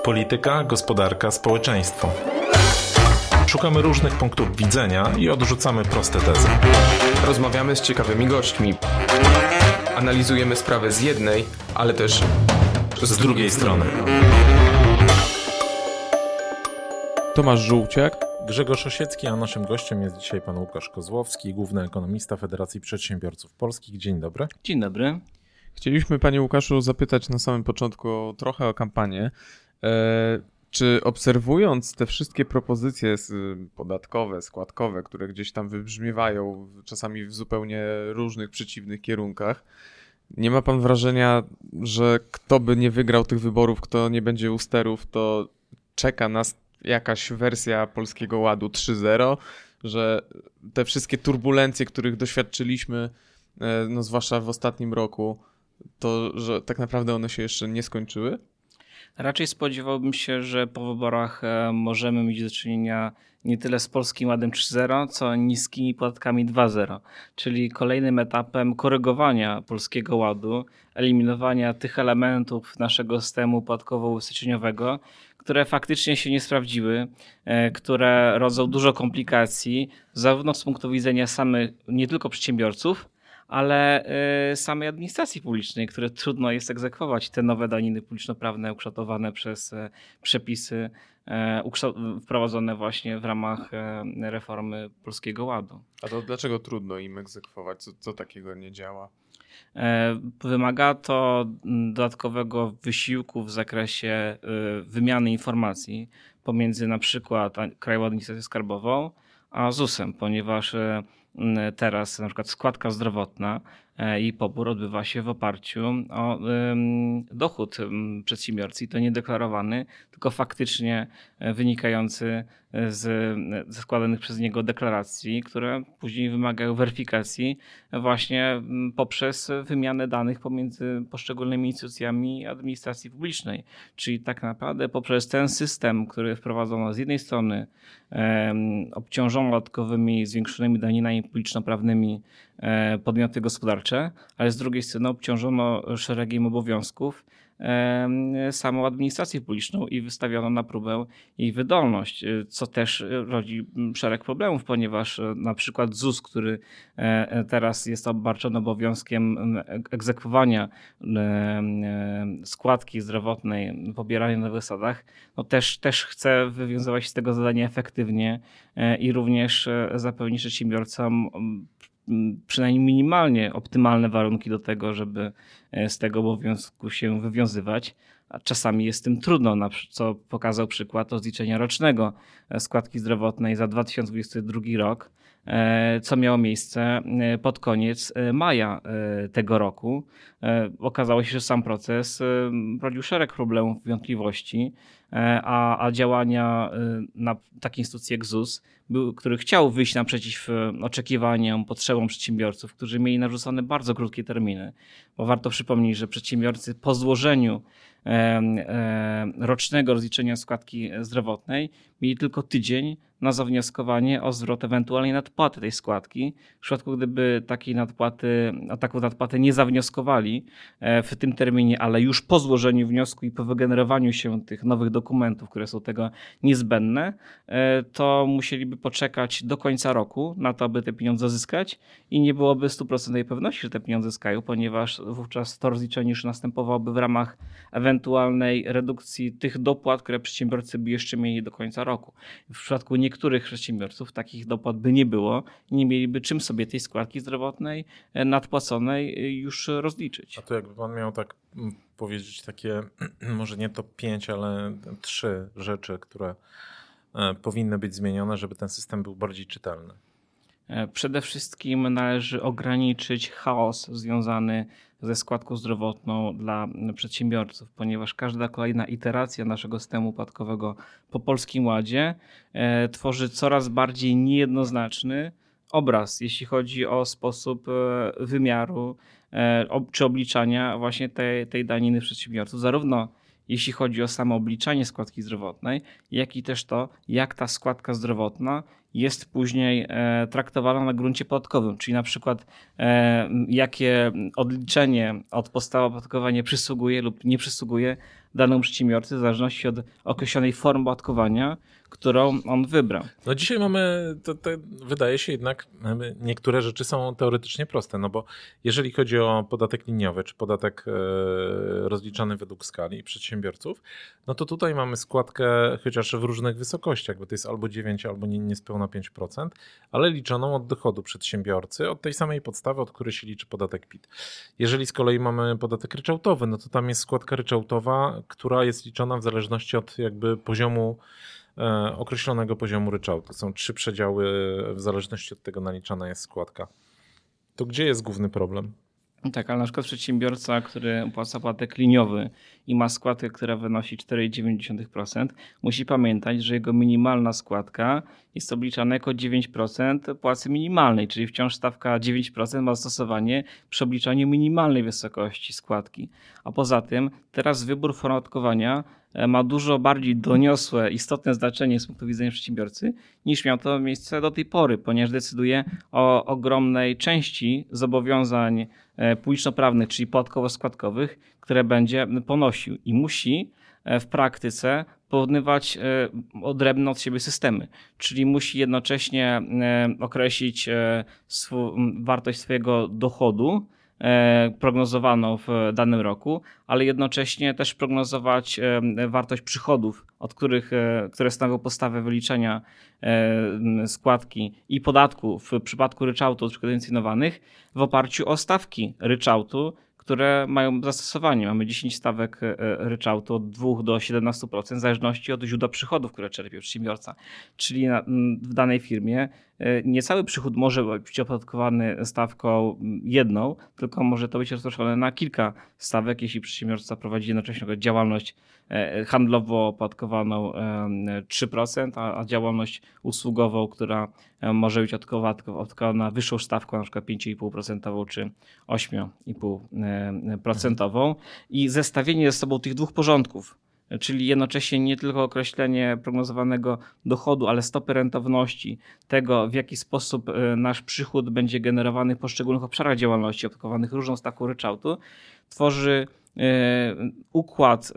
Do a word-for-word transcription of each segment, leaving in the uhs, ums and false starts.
Polityka, gospodarka, społeczeństwo. Szukamy różnych punktów widzenia i odrzucamy proste tezy. Rozmawiamy z ciekawymi gośćmi. Analizujemy sprawy z jednej, ale też z, z drugiej strony. Tomasz Żółciak, Grzegorz Osiecki, a naszym gościem jest dzisiaj pan Łukasz Kozłowski, główny ekonomista Federacji Przedsiębiorców Polskich. Dzień dobry. Dzień dobry. Chcieliśmy, panie Łukaszu, zapytać na samym początku trochę o kampanię. E, czy obserwując te wszystkie propozycje podatkowe, składkowe, które gdzieś tam wybrzmiewają czasami w zupełnie różnych, przeciwnych kierunkach, nie ma pan wrażenia, że kto by nie wygrał tych wyborów, kto nie będzie u sterów, to czeka nas jakaś wersja Polskiego Ładu trzy zero, że te wszystkie turbulencje, których doświadczyliśmy, no zwłaszcza w ostatnim roku, to że tak naprawdę one się jeszcze nie skończyły? Raczej spodziewałbym się, że po wyborach możemy mieć do czynienia nie tyle z Polskim Ładem trzy zero, co niskimi podatkami dwa zero, czyli kolejnym etapem korygowania Polskiego Ładu, eliminowania tych elementów naszego systemu podatkowo-ubezpieczeniowego, które faktycznie się nie sprawdziły, które rodzą dużo komplikacji, zarówno z punktu widzenia samych, nie tylko przedsiębiorców, ale samej administracji publicznej, które trudno jest egzekwować. Te nowe daniny publiczno-prawne ukształtowane przez przepisy wprowadzone właśnie w ramach reformy Polskiego Ładu. A to dlaczego trudno im egzekwować? Co, co takiego nie działa? Wymaga to dodatkowego wysiłku w zakresie wymiany informacji pomiędzy na przykład Krajową Administracją Skarbową a ZUS-em, ponieważ teraz na przykład składka zdrowotna i pobór odbywa się w oparciu o dochód przedsiębiorcy, i to niedeklarowany, tylko faktycznie wynikający z, ze składanych przez niego deklaracji, które później wymagają weryfikacji właśnie poprzez wymianę danych pomiędzy poszczególnymi instytucjami administracji publicznej. Czyli tak naprawdę poprzez ten system, który wprowadzono z jednej strony obciążono dodatkowymi, zwiększonymi daninami publiczno-prawnymi podmioty gospodarcze, ale z drugiej strony obciążono szeregiem obowiązków samą administrację publiczną i wystawiono na próbę jej wydolność, co też rodzi szereg problemów, ponieważ na przykład ZUS, który teraz jest obarczony obowiązkiem egzekwowania składki zdrowotnej pobieranej na nowych zasadach, no też, też chce wywiązywać się z tego zadania efektywnie i również zapewnić przedsiębiorcom przynajmniej minimalnie optymalne warunki do tego, żeby z tego obowiązku się wywiązywać. A czasami jest tym trudno, co pokazał przykład rozliczenia rocznego składki zdrowotnej za dwa tysiące dwudziesty drugi rok, co miało miejsce pod koniec maja tego roku. Okazało się, że sam proces rodził szereg problemów, wątpliwości, a, a działania na takie instytucje jak ZUS, był, który chciał wyjść naprzeciw oczekiwaniom, potrzebom przedsiębiorców, którzy mieli narzucone bardzo krótkie terminy. Bo warto przypomnieć, że przedsiębiorcy po złożeniu rocznego rozliczenia składki zdrowotnej mieli tylko tydzień na zawnioskowanie o zwrot ewentualnej nadpłaty tej składki. W przypadku, gdyby takiej nadpłaty, o taką nadpłatę nie zawnioskowali w tym terminie, ale już po złożeniu wniosku i po wygenerowaniu się tych nowych dokumentów, które są tego niezbędne, to musieliby poczekać do końca roku na to, aby te pieniądze zyskać i nie byłoby stuprocentowej pewności, że te pieniądze zyskają, ponieważ wówczas to rozliczenie już następowałoby w ramach ewentualnej redukcji tych dopłat, które przedsiębiorcy by jeszcze mieli do końca roku. W przypadku niektórych przedsiębiorców takich dopłat by nie było i nie mieliby czym sobie tej składki zdrowotnej nadpłaconej już rozliczyć. A to jakby pan miał tak powiedzieć takie, może nie top pięć, ale trzy rzeczy, które powinny być zmienione, żeby ten system był bardziej czytelny. Przede wszystkim należy ograniczyć chaos związany ze składką zdrowotną dla przedsiębiorców, ponieważ każda kolejna iteracja naszego systemu podatkowego po Polskim Ładzie e, tworzy coraz bardziej niejednoznaczny obraz, jeśli chodzi o sposób e, wymiaru e, ob, czy obliczania właśnie tej, tej daniny przedsiębiorców, zarówno jeśli chodzi o samo obliczanie składki zdrowotnej, jak i też to, jak ta składka zdrowotna jest później traktowana na gruncie podatkowym, czyli na przykład jakie odliczenie od podstawy opodatkowania przysługuje lub nie przysługuje danemu przedsiębiorcy w zależności od określonej formy opodatkowania, którą on wybrał. No dzisiaj mamy, to, to wydaje się jednak, niektóre rzeczy są teoretycznie proste, no bo jeżeli chodzi o podatek liniowy, czy podatek e, rozliczany według skali przedsiębiorców, no to tutaj mamy składkę chociaż w różnych wysokościach, bo to jest albo dziewięć, albo nie, niespełna pięć procent, ale liczoną od dochodu przedsiębiorcy, od tej samej podstawy, od której się liczy podatek P I T. Jeżeli z kolei mamy podatek ryczałtowy, no to tam jest składka ryczałtowa, która jest liczona w zależności od jakby poziomu e, określonego poziomu ryczałtu. Są trzy przedziały, w zależności od tego naliczana jest składka. To gdzie jest główny problem? Tak, ale na przykład przedsiębiorca, który opłaca podatek liniowy i ma składkę, która wynosi cztery przecinek dziewięć procent, musi pamiętać, że jego minimalna składka jest obliczana jako dziewięć procent płacy minimalnej, czyli wciąż stawka dziewięć procent ma zastosowanie przy obliczaniu minimalnej wysokości składki. A poza tym teraz wybór formy opodatkowania ma dużo bardziej doniosłe, istotne znaczenie z punktu widzenia przedsiębiorcy, niż miało to miejsce do tej pory, ponieważ decyduje o ogromnej części zobowiązań publiczno-prawnych, czyli podatkowo-składkowych, które będzie ponosił i musi w praktyce porównywać odrębne od siebie systemy, czyli musi jednocześnie określić swój, wartość swojego dochodu prognozowaną w danym roku, ale jednocześnie też prognozować wartość przychodów, od których, które stanowią podstawę wyliczenia składki i podatku w przypadku ryczałtu kredycjonowanych w oparciu o stawki ryczałtu, które mają zastosowanie. Mamy dziesięć stawek ryczałtu od dwa do siedemnastu procent w zależności od źródła przychodów, które czerpie przedsiębiorca. Czyli na, w danej firmie nie cały przychód może być opodatkowany stawką jedną, tylko może to być rozproszone na kilka stawek, jeśli przedsiębiorca prowadzi jednocześnie działalność handlowo opodatkowaną trzy procent, a działalność usługową, która może być opodatkowana wyższą stawką, na przykład pięć i pół procent czy osiem i pół procent. I zestawienie ze sobą tych dwóch porządków, czyli jednocześnie nie tylko określenie prognozowanego dochodu, ale stopy rentowności, tego w jaki sposób nasz przychód będzie generowany w poszczególnych obszarach działalności opodatkowanych różną stawką ryczałtu, tworzy układ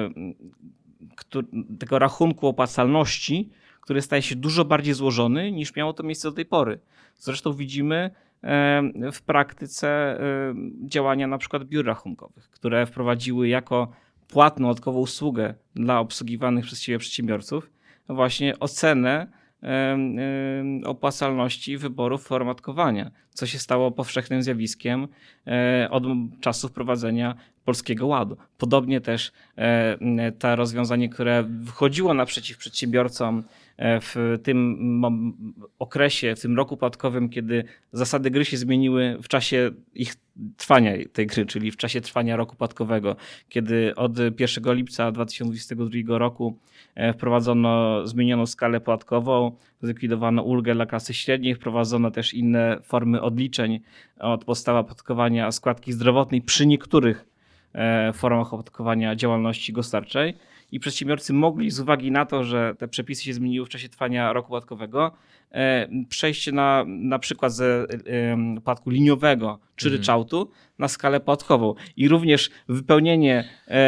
tego rachunku opłacalności, który staje się dużo bardziej złożony niż miało to miejsce do tej pory. Zresztą widzimy w praktyce działania na przykład biur rachunkowych, które wprowadziły jako płatną dodatkową usługę dla obsługiwanych przez siebie przedsiębiorców właśnie ocenę opłacalności wyborów form opodatkowania, co się stało powszechnym zjawiskiem od czasu wprowadzenia Polskiego Ładu. Podobnie też to rozwiązanie, które wychodziło naprzeciw przedsiębiorcom w tym okresie, w tym roku podatkowym, kiedy zasady gry się zmieniły w czasie ich trwania tej gry, czyli w czasie trwania roku podatkowego, kiedy od pierwszego lipca dwa tysiące dwudziestego drugiego roku wprowadzono zmienioną skalę podatkową, zlikwidowano ulgę dla klasy średniej, wprowadzono też inne formy odliczeń od podstawy opodatkowania składki zdrowotnej przy niektórych formach opodatkowania działalności gospodarczej i przedsiębiorcy mogli z uwagi na to, że te przepisy się zmieniły w czasie trwania roku podatkowego, przejść na, na przykład z podatku liniowego czy mhm. ryczałtu na skalę podatkową i również wypełnienie,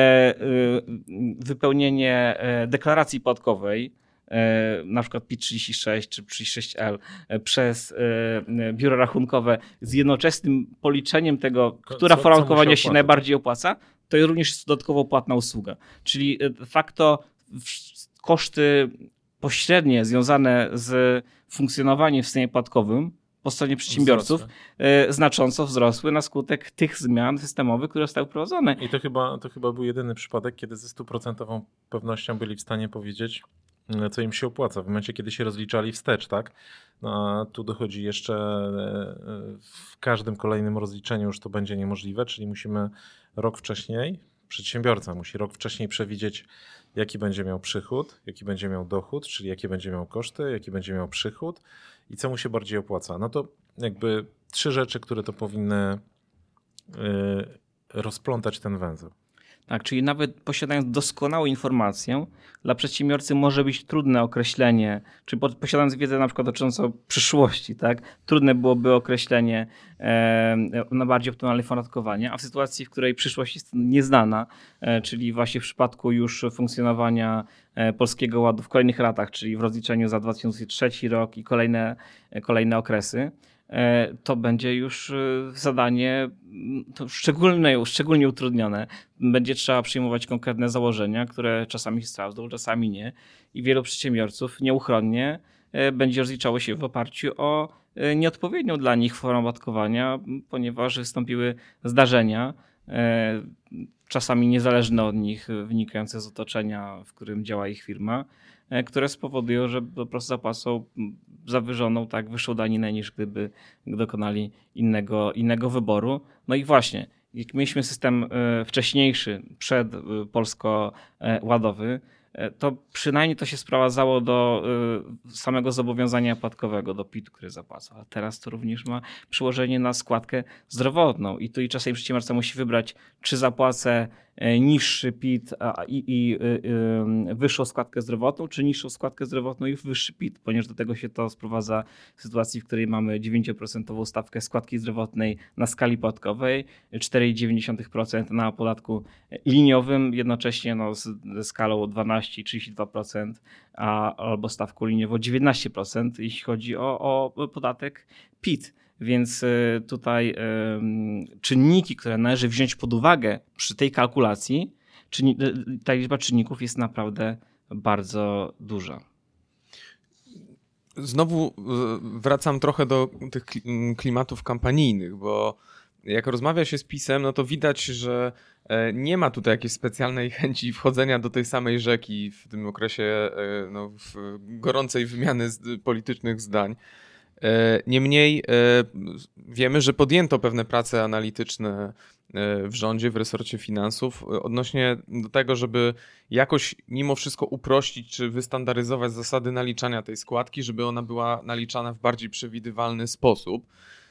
wypełnienie deklaracji podatkowej, na przykład P I T trzydzieści sześć czy trzydzieści sześć L przez biuro rachunkowe z jednoczesnym policzeniem tego, która forma opodatkowania się najbardziej opłaca, to również jest dodatkowo płatna usługa. Czyli de facto koszty pośrednie związane z funkcjonowaniem w systemie podatkowym po stronie przedsiębiorców wzrosły. znacząco wzrosły na skutek tych zmian systemowych, które zostały wprowadzone. I to chyba, to chyba był jedyny przypadek, kiedy ze stuprocentową pewnością byli w stanie powiedzieć, co im się opłaca w momencie, kiedy się rozliczali wstecz, tak? No, a tu dochodzi jeszcze w każdym kolejnym rozliczeniu już to będzie niemożliwe, czyli musimy rok wcześniej, przedsiębiorca musi rok wcześniej przewidzieć, jaki będzie miał przychód, jaki będzie miał dochód, czyli jakie będzie miał koszty, jaki będzie miał przychód i co mu się bardziej opłaca. No to jakby trzy rzeczy, które to powinny rozplątać ten węzeł. Tak, czyli nawet posiadając doskonałą informację, dla przedsiębiorcy może być trudne określenie, czy posiadając wiedzę na przykład dotyczącą przyszłości, tak, trudne byłoby określenie e, na bardziej optymalne opodatkowanie, a w sytuacji, w której przyszłość jest nieznana, e, czyli właśnie w przypadku już funkcjonowania e, Polskiego Ładu w kolejnych latach, czyli w rozliczeniu za dwa tysiące trzeci rok i kolejne, e, kolejne okresy, to będzie już zadanie to szczególnie, szczególnie utrudnione. Będzie trzeba przyjmować konkretne założenia, które czasami się sprawdzą, czasami nie. I wielu przedsiębiorców nieuchronnie będzie rozliczało się w oparciu o nieodpowiednią dla nich formę opodatkowania, ponieważ wystąpiły zdarzenia, czasami niezależne od nich, wynikające z otoczenia, w którym działa ich firma, które spowodują, że po prostu zapłacą zawyżoną, tak, wyższą daninę, niż gdyby dokonali innego, innego wyboru. No i właśnie, jak mieliśmy system wcześniejszy, przed polsko-ładowy, to przynajmniej to się sprowadzało do samego zobowiązania opodatkowego, do P I T-u, który zapłaca. A teraz to również ma przełożenie na składkę zdrowotną. I tu i czasami przedsiębiorca musi wybrać, czy zapłacę niższy P I T a, i, i y, wyższą składkę zdrowotną, czy niższą składkę zdrowotną i wyższy P I T, ponieważ do tego się to sprowadza w sytuacji, w której mamy dziewięcioprocentową stawkę składki zdrowotnej na skali podatkowej, cztery przecinek dziewięć procent na podatku liniowym, jednocześnie no, z, ze skalą dwanaście i trzydzieści dwa procent, a, albo stawką liniową dziewiętnaście procent, jeśli chodzi o, o podatek P I T. Więc tutaj czynniki, które należy wziąć pod uwagę przy tej kalkulacji, ta liczba czynników jest naprawdę bardzo duża. Znowu wracam trochę do tych klimatów kampanijnych, bo jak rozmawia się z PiS-em, no to widać, że nie ma tutaj jakiejś specjalnej chęci wchodzenia do tej samej rzeki w tym okresie no, w gorącej wymiany politycznych zdań. Niemniej wiemy, że podjęto pewne prace analityczne w rządzie, w resorcie finansów odnośnie do tego, żeby jakoś mimo wszystko uprościć czy wystandaryzować zasady naliczania tej składki, żeby ona była naliczana w bardziej przewidywalny sposób,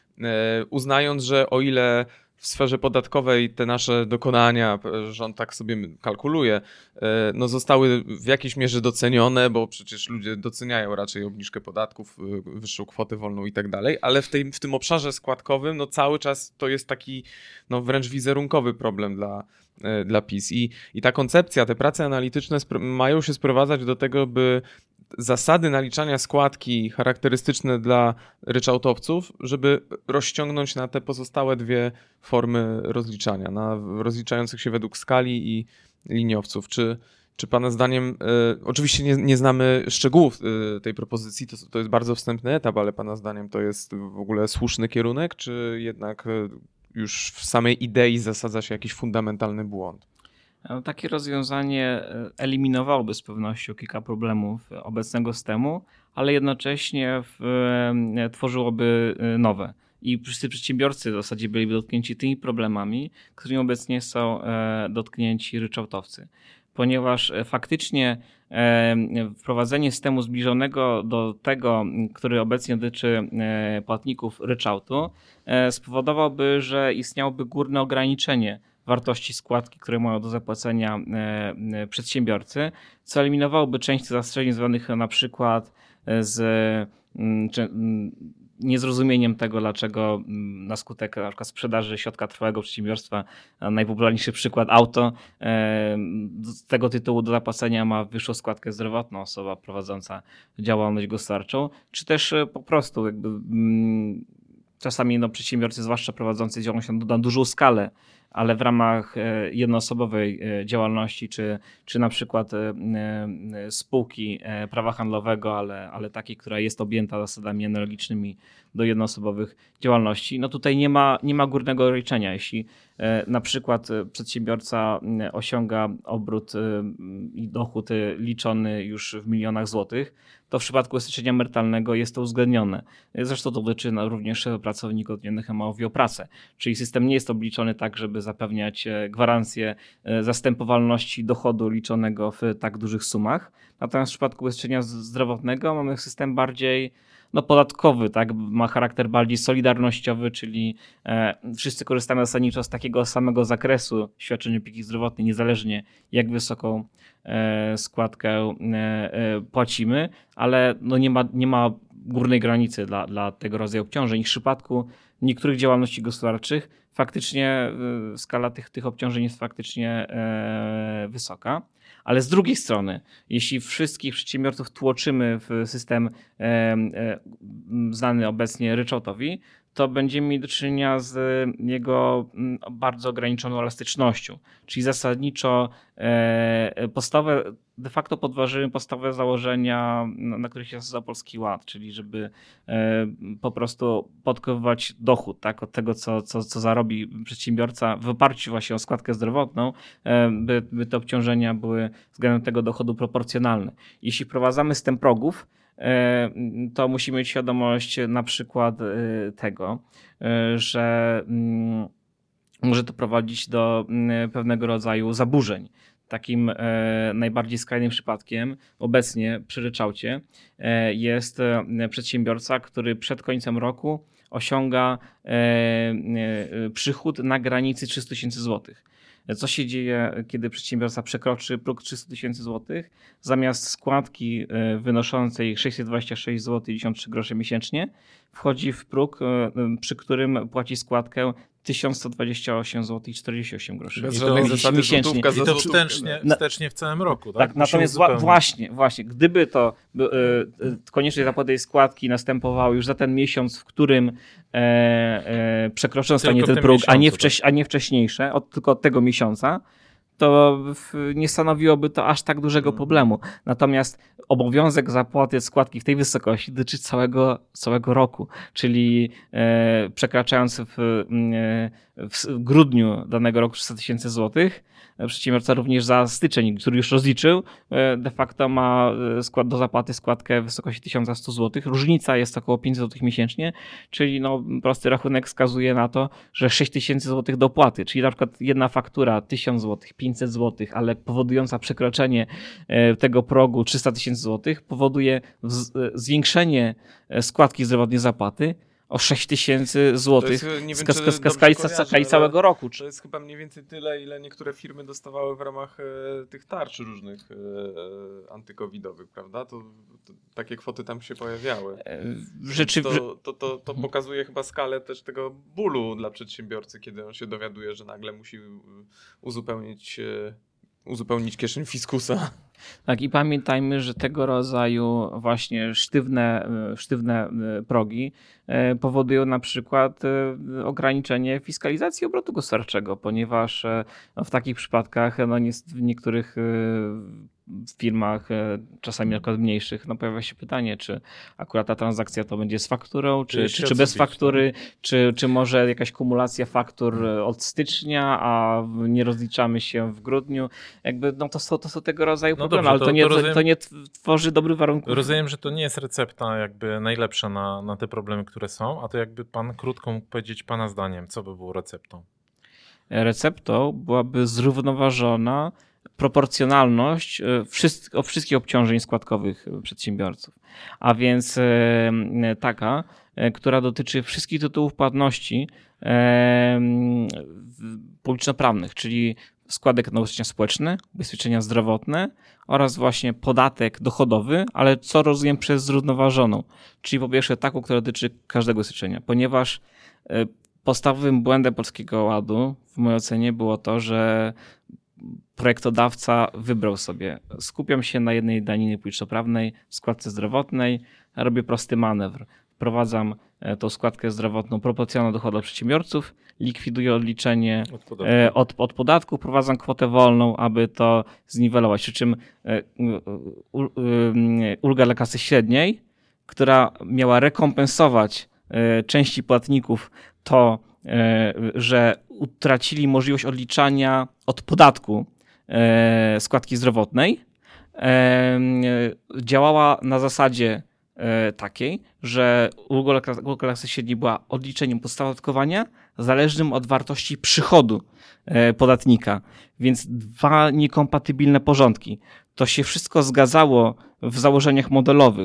uznając, że o ile w sferze podatkowej te nasze dokonania, rząd tak sobie kalkuluje, no zostały w jakiejś mierze docenione, bo przecież ludzie doceniają raczej obniżkę podatków, wyższą kwotę wolną i tak dalej, ale w, tej, w tym obszarze składkowym no cały czas to jest taki no wręcz wizerunkowy problem dla, dla PiS. I, i ta koncepcja, te prace analityczne spro- mają się sprowadzać do tego, by zasady naliczania składki charakterystyczne dla ryczałtowców, żeby rozciągnąć na te pozostałe dwie formy rozliczania, na rozliczających się według skali i liniowców. Czy, czy Pana zdaniem, e, oczywiście nie, nie znamy szczegółów e, tej propozycji, to, to jest bardzo wstępny etap, ale Pana zdaniem to jest w ogóle słuszny kierunek, czy jednak e, już w samej idei zasadza się jakiś fundamentalny błąd? Takie rozwiązanie eliminowałoby z pewnością kilka problemów obecnego systemu, ale jednocześnie w, tworzyłoby nowe. I wszyscy przedsiębiorcy w zasadzie byliby dotknięci tymi problemami, którymi obecnie są dotknięci ryczałtowcy. Ponieważ faktycznie wprowadzenie systemu zbliżonego do tego, który obecnie dotyczy płatników ryczałtu, spowodowałoby, że istniałoby górne ograniczenie wartości składki, które mają do zapłacenia przedsiębiorcy, co eliminowałoby część zastrzeżeń związanych na przykład z czy, niezrozumieniem tego, dlaczego na skutek na przykład sprzedaży środka trwałego przedsiębiorstwa, najpopularniejszy przykład auto, z tego tytułu do zapłacenia ma wyższą składkę zdrowotną osoba prowadząca działalność gospodarczą, czy też po prostu jakby czasami no, przedsiębiorcy, zwłaszcza prowadzący działalność na dużą skalę, ale w ramach jednoosobowej działalności, czy, czy na przykład spółki prawa handlowego, ale, ale takiej, która jest objęta zasadami analogicznymi do jednoosobowych działalności, no tutaj nie ma, nie ma górnego ograniczenia. Jeśli na przykład przedsiębiorca osiąga obrót i dochód liczony już w milionach złotych, to w przypadku ubezpieczenia emerytalnego jest to uwzględnione. Zresztą to dotyczy również pracowników odmiennych umowy o pracę. Czyli system nie jest obliczony tak, żeby zapewniać gwarancję zastępowalności dochodu liczonego w tak dużych sumach. Natomiast w przypadku ubezpieczenia zdrowotnego mamy system bardziej no, podatkowy, tak, ma charakter bardziej solidarnościowy, czyli e, wszyscy korzystamy zasadniczo z takiego samego zakresu świadczeń opieki zdrowotnej, niezależnie jak wysoką e, składkę e, e, płacimy, ale no, nie ma, nie ma górnej granicy dla, dla tego rodzaju obciążeń. I w przypadku niektórych działalności gospodarczych faktycznie y, skala tych, tych obciążeń jest faktycznie e, wysoka. Ale z drugiej strony, jeśli wszystkich przedsiębiorców tłoczymy w system e, e, znany obecnie ryczałtowi, to będziemy mieli do czynienia z jego bardzo ograniczoną elastycznością. Czyli zasadniczo e, podstawowe, de facto podważymy podstawowe założenia, na których się zasadza Polski Ład, czyli żeby e, po prostu podkopywać dochód, tak, od tego, co, co, co zarobi przedsiębiorca w oparciu właśnie o składkę zdrowotną, e, by, by te obciążenia były względem tego dochodu proporcjonalne. Jeśli wprowadzamy system progów, to musimy mieć świadomość na przykład tego, że może to prowadzić do pewnego rodzaju zaburzeń. Takim najbardziej skrajnym przypadkiem obecnie przy ryczałcie jest przedsiębiorca, który przed końcem roku osiąga przychód na granicy trzysta tysięcy złotych. Co się dzieje, kiedy przedsiębiorca przekroczy próg trzysta tysięcy złotych? Zamiast składki wynoszącej sześćset dwadzieścia sześć złotych dziewięćdziesiąt trzy grosze miesięcznie wchodzi w próg, przy którym płaci składkę tysiąc sto dwadzieścia osiem złotych czterdzieści osiem groszy. Bez żadnej zasady miesięcznie. I to wstecznie, wstecznie w całym roku. Tak, tak natomiast wa- właśnie, właśnie, gdyby to y, y, konieczność zapłaty tej składki następowało już za ten miesiąc, w którym e, e, przekroczony zostanie ten próg, miesiącu, a, nie wcześ, tak. a nie wcześniejsze, od, tylko od tego miesiąca, to w, nie stanowiłoby to aż tak dużego hmm. problemu. Natomiast obowiązek zapłaty składki w tej wysokości dotyczy całego, całego roku, czyli e, przekraczając w, e, w grudniu danego roku trzysta tysięcy złotych, przedsiębiorca również za styczeń, który już rozliczył, de facto ma skład do zapłaty składkę w wysokości tysiąc sto złotych. Różnica jest około pięćset złotych miesięcznie, czyli no, prosty rachunek wskazuje na to, że sześć tysięcy złotych dopłaty, czyli na przykład jedna faktura tysiąc złotych, pięćset złotych, ale powodująca przekroczenie tego progu trzysta tysięcy złotych powoduje zwiększenie składki zdrowotnej zapłaty o sześć tysięcy złotych w skali, skali całego roku. To jest chyba mniej więcej tyle, ile niektóre firmy dostawały w ramach e, tych tarcz różnych e, antykowidowych, prawda? To, to takie kwoty tam się pojawiały. Rzeczy... To, to, to, to pokazuje chyba skalę też tego bólu dla przedsiębiorcy, kiedy on się dowiaduje, że nagle musi uzupełnić, e, uzupełnić kieszeń fiskusa. Tak, i pamiętajmy, że tego rodzaju właśnie sztywne, sztywne progi powodują na przykład ograniczenie fiskalizacji obrotu gospodarczego, ponieważ w takich przypadkach no, w niektórych firmach, czasami na przykład mniejszych, no pojawia się pytanie, czy akurat ta transakcja to będzie z fakturą, czy, czy, czy bez faktury, czy, czy może jakaś kumulacja faktur od stycznia, a nie rozliczamy się w grudniu. Jakby no to są, to są tego rodzaju no problemy, dobrze, ale to, to, nie, to, rozumiem, to nie tworzy dobrych warunków. Rozumiem, że to nie jest recepta jakby najlepsza na, na te problemy, które są, a to jakby pan krótko mógł powiedzieć pana zdaniem, co by było receptą? Receptą byłaby zrównoważona proporcjonalność wszystkich, wszystkich obciążeń składkowych przedsiębiorców. A więc taka, która dotyczy wszystkich tytułów płatności publiczno-prawnych, czyli składek na ubezpieczenia społeczne, ubezpieczenia zdrowotne oraz właśnie podatek dochodowy, ale co rozumiem przez zrównoważoną, czyli po pierwsze taką, która dotyczy każdego ubezpieczenia, ponieważ podstawowym błędem Polskiego Ładu w mojej ocenie było to, że projektodawca wybrał sobie, skupiam się na jednej daninie publiczno-prawnej, składce zdrowotnej, robię prosty manewr. Wprowadzam tą składkę zdrowotną proporcjonalną do dochodu przedsiębiorców, likwiduję odliczenie od podatku. Od, od podatku, wprowadzam kwotę wolną, aby to zniwelować. Przy czym ulga dla klasy średniej, która miała rekompensować części płatników to, że utracili możliwość odliczania od podatku składki zdrowotnej, działała na zasadzie takiej, że ulga dla klasy średniej była odliczeniem podstawy opodatkowania zależnym od wartości przychodu podatnika. Więc dwa niekompatybilne porządki. To się wszystko zgadzało w założeniach modelowych,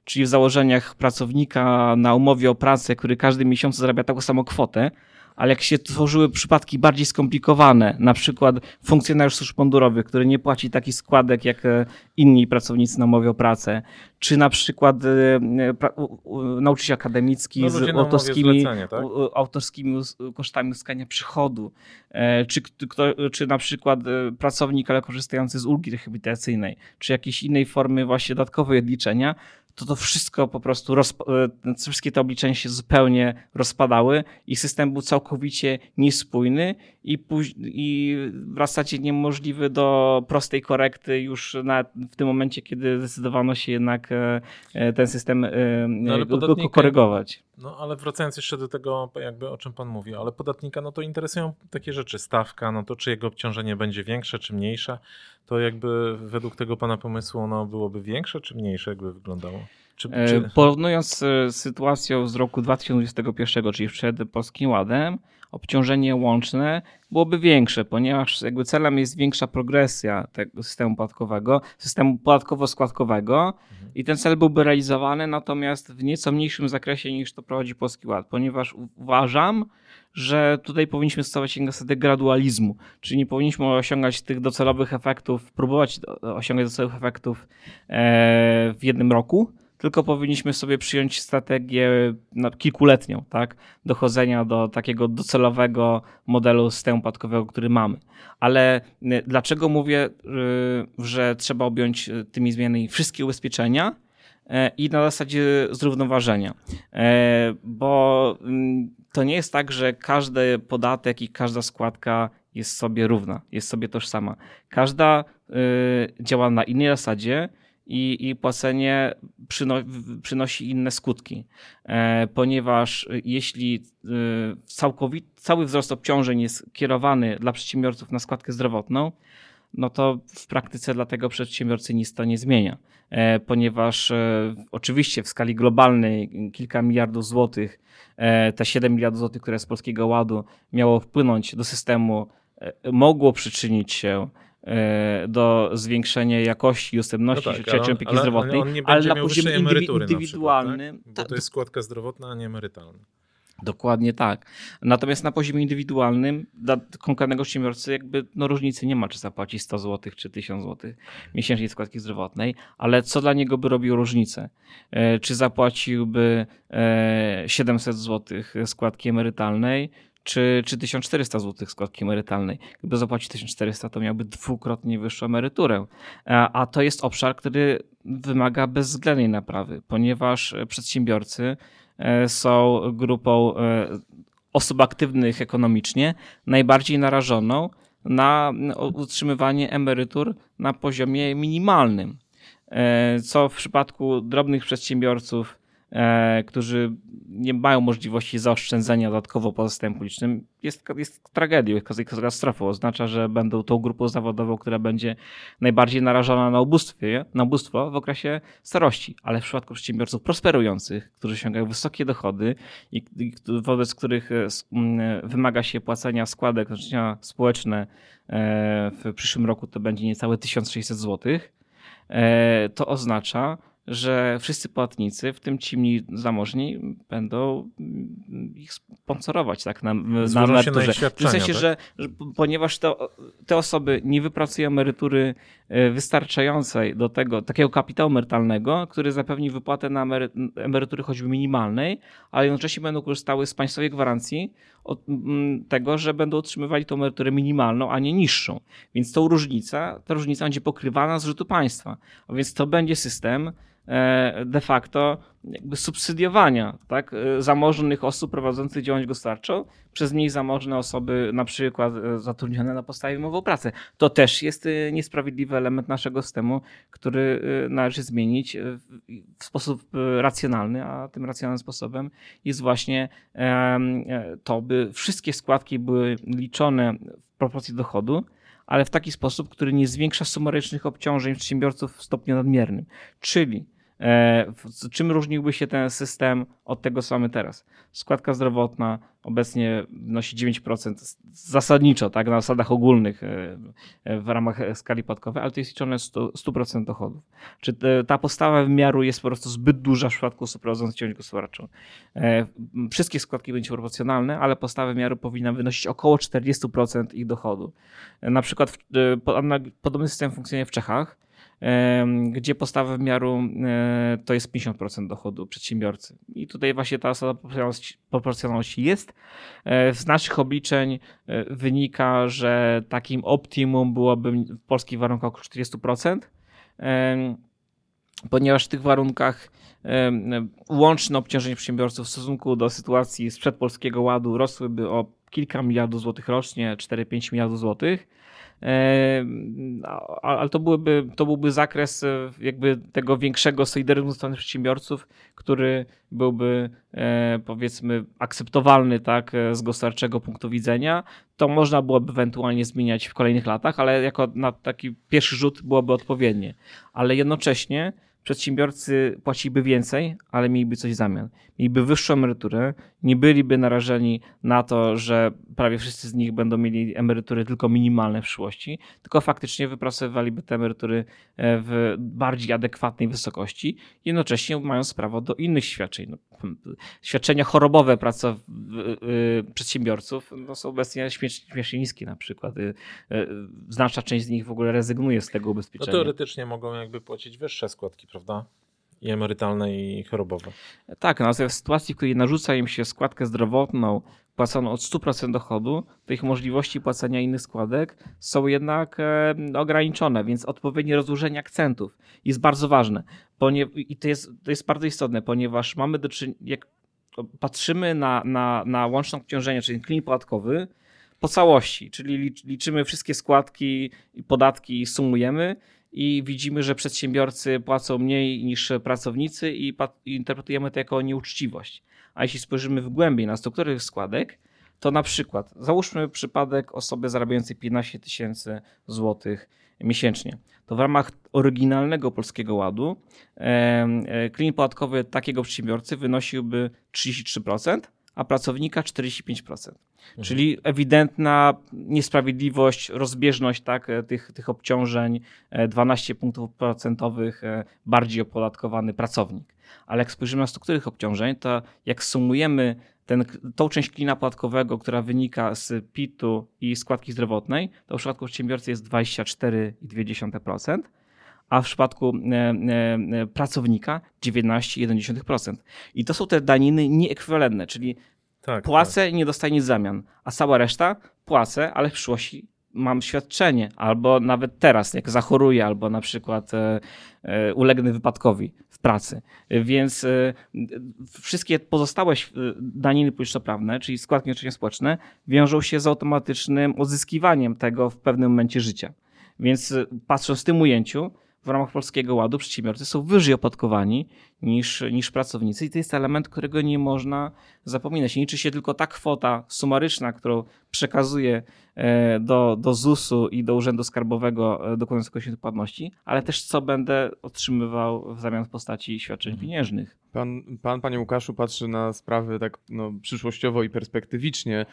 czyli w założeniach pracownika na umowie o pracę, który każdy miesiąc zarabia taką samą kwotę, ale jak się tworzyły przypadki bardziej skomplikowane, na przykład funkcjonariusz służb mundurowych, który nie płaci takich składek jak inni pracownicy na umowie o pracę, czy na przykład nauczyciel akademicki no, z autorskimi, zlecenie, tak? autorskimi kosztami uzyskania przychodu, czy, kto, czy na przykład pracownik, ale korzystający z ulgi rehabilitacyjnej, czy jakiejś innej formy właśnie dodatkowej odliczenia, to to wszystko po prostu, rozpa- wszystkie te obliczenia się zupełnie rozpadały i system był całkowicie niespójny i, póź- i w zasadzie niemożliwy do prostej korekty już na, w tym momencie, kiedy zdecydowano się jednak ten system no, podatnika, korygować. No ale wracając jeszcze do tego, jakby o czym pan mówi, ale podatnika, no to interesują takie rzeczy, stawka, no to czy jego obciążenie będzie większe, czy mniejsze, to jakby według tego pana pomysłu ono byłoby większe, czy mniejsze, jakby wyglądało? Czy, czy... Porównując z sytuacją z roku dwa tysiące dwudziestego pierwszego, czyli przed Polskim Ładem, obciążenie łączne byłoby większe, ponieważ jakby celem jest większa progresja tego systemu podatkowego, systemu podatkowo-składkowego mhm. i ten cel byłby realizowany, natomiast w nieco mniejszym zakresie niż to prowadzi Polski Ład, ponieważ uważam, że tutaj powinniśmy stosować się zasady gradualizmu, czyli nie powinniśmy osiągać tych docelowych efektów, próbować osiągać docelowych efektów w jednym roku, tylko powinniśmy sobie przyjąć strategię kilkuletnią, tak, dochodzenia do takiego docelowego modelu systemu podatkowego, który mamy. Ale dlaczego mówię, że trzeba objąć tymi zmianami wszystkie ubezpieczenia i na zasadzie zrównoważenia? Bo to nie jest tak, że każdy podatek i każda składka jest sobie równa, jest sobie tożsama. Każda działa na innej zasadzie, I, i płacenie przyno, przynosi inne skutki, e, ponieważ jeśli e, całkowity, cały wzrost obciążeń jest kierowany dla przedsiębiorców na składkę zdrowotną, no to w praktyce dla tego przedsiębiorcy nic to nie zmienia, e, ponieważ e, oczywiście w skali globalnej kilka miliardów złotych, e, te siedem miliardów złotych, które z Polskiego Ładu miało wpłynąć do systemu, e, mogło przyczynić się do zwiększenia jakości i dostępności no tak, opieki ale, zdrowotnej, ale, on nie ale będzie na miał poziomie indywidualnym. Przykład, tak? Bo to jest składka zdrowotna, a nie emerytalna. Dokładnie tak. Natomiast na poziomie indywidualnym dla konkretnego przedsiębiorcy jakby no różnicy nie ma, czy zapłaci sto złotych, czy tysiąc złotych miesięcznej składki zdrowotnej, ale co dla niego by robiło różnicę? E, czy zapłaciłby e, siedemset złotych składki emerytalnej, czy, czy tysiąc czterysta złotych składki emerytalnej. Gdyby zapłacił tysiąc czterysta, to miałby dwukrotnie wyższą emeryturę. A, a to jest obszar, który wymaga bezwzględnej naprawy, ponieważ przedsiębiorcy są grupą osób aktywnych ekonomicznie najbardziej narażoną na utrzymywanie emerytur na poziomie minimalnym, co w przypadku drobnych przedsiębiorców, którzy nie mają możliwości zaoszczędzenia dodatkowo poza systemem publicznym, jest, jest tragedią, jest katastrofą. Oznacza, że będą tą grupą zawodową, która będzie najbardziej narażona na ubóstwie, na ubóstwo w okresie starości. Ale w przypadku przedsiębiorców prosperujących, którzy osiągają wysokie dochody i, i wobec których wymaga się płacenia składek na społeczne w przyszłym roku to będzie niecałe tysiąc sześćset złotych, to oznacza, że wszyscy płatnicy, w tym ci mniej zamożni, będą ich sponsorować tak, na, na emeryturze. W tym sensie, tak? że, że ponieważ to, te osoby nie wypracują emerytury wystarczającej do tego, takiego kapitału emerytalnego, który zapewni wypłatę na emery, emerytury choćby minimalnej, ale jednocześnie będą korzystały z państwowej gwarancji od tego, że będą otrzymywali tą emeryturę minimalną, a nie niższą. Więc tą różnica, ta różnica będzie pokrywana z rzutu państwa. A więc to będzie system de facto jakby subsydiowania tak, zamożnych osób prowadzących działalność gospodarczą przez mniej zamożne osoby, na przykład zatrudnione na podstawie umowy o pracę. To też jest niesprawiedliwy element naszego systemu, który należy zmienić w sposób racjonalny, a tym racjonalnym sposobem jest właśnie to, by wszystkie składki były liczone w proporcji dochodu, ale w taki sposób, który nie zwiększa sumarycznych obciążeń przedsiębiorców w stopniu nadmiernym. Czyli Czym różniłby się ten system od tego, co mamy teraz? Składka zdrowotna obecnie wynosi dziewięć procent zasadniczo, tak, na zasadach ogólnych w ramach skali podatkowej, ale to jest liczone sto procent dochodów. Czy ta postawa wymiaru jest po prostu zbyt duża w przypadku osób prowadzących działalność gospodarczą? Wszystkie składki będą proporcjonalne, ale postawa wymiaru powinna wynosić około czterdzieści procent ich dochodu. Na przykład podobny system funkcjonuje w Czechach, gdzie postawa wymiaru to jest pięćdziesiąt procent dochodu przedsiębiorcy. I tutaj właśnie ta zasada proporcjonalności jest. Z naszych obliczeń wynika, że takim optimum byłoby w polskich warunkach około czterdzieści procent, ponieważ w tych warunkach łączne obciążenie przedsiębiorców w stosunku do sytuacji sprzed Polskiego Ładu rosłyby o kilka miliardów złotych rocznie, cztery pięć miliardów złotych. Ale to byłby, to byłby zakres jakby tego większego solidaryzmu ze strony przedsiębiorców, który byłby powiedzmy akceptowalny, tak, z gospodarczego punktu widzenia. To można byłoby ewentualnie zmieniać w kolejnych latach, ale jako na taki pierwszy rzut byłoby odpowiednie. Ale jednocześnie przedsiębiorcy płaciliby więcej, ale mieliby coś w zamian. Mieliby wyższą emeryturę, nie byliby narażeni na to, że prawie wszyscy z nich będą mieli emerytury tylko minimalne w przyszłości, tylko faktycznie wypracowywaliby te emerytury w bardziej adekwatnej wysokości, jednocześnie mając prawo do innych świadczeń. No, świadczenia chorobowe pracow- przedsiębiorców no, są obecnie śmiesznie niskie na przykład. Znaczna część z nich w ogóle rezygnuje z tego ubezpieczenia. No teoretycznie mogą jakby płacić wyższe składki, prawda? I emerytalne, i chorobowe. Tak, no w sytuacji, w której narzuca im się składkę zdrowotną płaconą od sto procent dochodu, to ich możliwości płacenia innych składek są jednak e, ograniczone, więc odpowiednie rozłożenie akcentów jest bardzo ważne. Ponie- I to jest, to jest bardzo istotne, ponieważ mamy do czynienia, jak patrzymy na, na, na łączne obciążenie, czyli klin podatkowy po całości, czyli liczymy wszystkie składki i podatki, sumujemy, i widzimy, że przedsiębiorcy płacą mniej niż pracownicy i, pat- i interpretujemy to jako nieuczciwość. A jeśli spojrzymy w głębiej na strukturę tych składek, to na przykład załóżmy przypadek osoby zarabiającej piętnaście tysięcy złotych miesięcznie. To w ramach oryginalnego Polskiego Ładu e, klin podatkowy takiego przedsiębiorcy wynosiłby trzydzieści trzy procent, a pracownika czterdzieści pięć procent. Mhm. Czyli ewidentna niesprawiedliwość, rozbieżność, tak, tych, tych obciążeń, dwanaście punktów procentowych bardziej opodatkowany pracownik. Ale jak spojrzymy na strukturę tych obciążeń, to jak sumujemy ten, tą część klina podatkowego, która wynika z P I T-u i składki zdrowotnej, to w przypadku przedsiębiorcy jest dwadzieścia cztery przecinek dwa procent, a w przypadku e, e, pracownika dziewiętnaście przecinek jeden procent. I to są te daniny nieekwiwalentne, czyli tak, płacę tak. i nie dostaję nic w zamian, a cała reszta płacę, ale w przyszłości mam świadczenie, albo nawet teraz, jak zachoruję, albo na przykład e, e, ulegnę wypadkowi w pracy. Więc e, wszystkie pozostałe daniny publiczno-prawne, czyli składki na społeczne, wiążą się z automatycznym odzyskiwaniem tego w pewnym momencie życia. Więc patrząc w tym ujęciu, w ramach Polskiego Ładu przedsiębiorcy są wyżej opodatkowani niż, niż pracownicy i to jest element, którego nie można zapominać. Nie liczy się tylko ta kwota sumaryczna, którą przekazuję do, do zusu i do Urzędu Skarbowego dokonując określonych płatności, ale też co będę otrzymywał w zamian w postaci świadczeń mhm. pieniężnych. Pan, pan, panie Łukaszu, patrzy na sprawy tak no, przyszłościowo i perspektywicznie,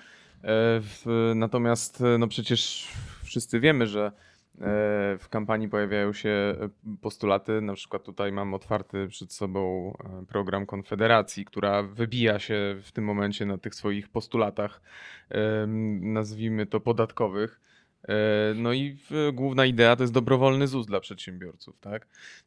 w, natomiast no, przecież wszyscy wiemy, że w kampanii pojawiają się postulaty, na przykład tutaj mam otwarty przed sobą program Konfederacji, która wybija się w tym momencie na tych swoich postulatach, nazwijmy to podatkowych. No i główna idea to jest dobrowolny ZUS dla przedsiębiorców, tak?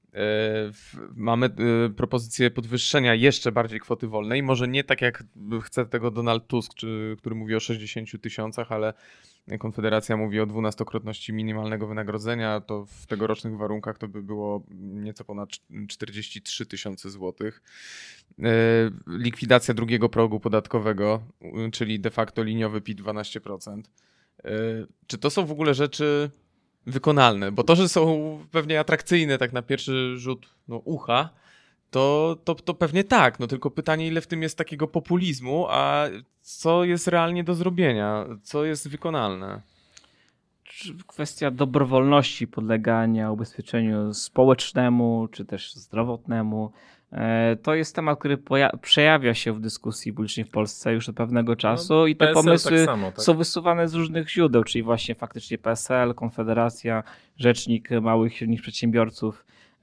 Mamy propozycję podwyższenia jeszcze bardziej kwoty wolnej, może nie tak jak chce tego Donald Tusk, czy, który mówi o sześćdziesięciu tysiącach, ale Konfederacja mówi o dwunastokrotności minimalnego wynagrodzenia, to w tegorocznych warunkach to by było nieco ponad czterdzieści trzy tysiące złotych. Likwidacja drugiego progu podatkowego, czyli de facto liniowy P I T dwanaście procent. Czy to są w ogóle rzeczy wykonalne? Bo to, że są pewnie atrakcyjne tak na pierwszy rzut no, ucha, to, to, to pewnie tak. No tylko pytanie, ile w tym jest takiego populizmu, a co jest realnie do zrobienia? Co jest wykonalne? kwestia dobrowolności podlegania ubezpieczeniu społecznemu czy też zdrowotnemu. To jest temat, który poja- przejawia się w dyskusji publicznej w Polsce już od pewnego czasu no, i te P S L pomysły tak samo, tak? są wysuwane z różnych źródeł, czyli właśnie faktycznie P S L, Konfederacja, Rzecznik Małych i Średnich Przedsiębiorców.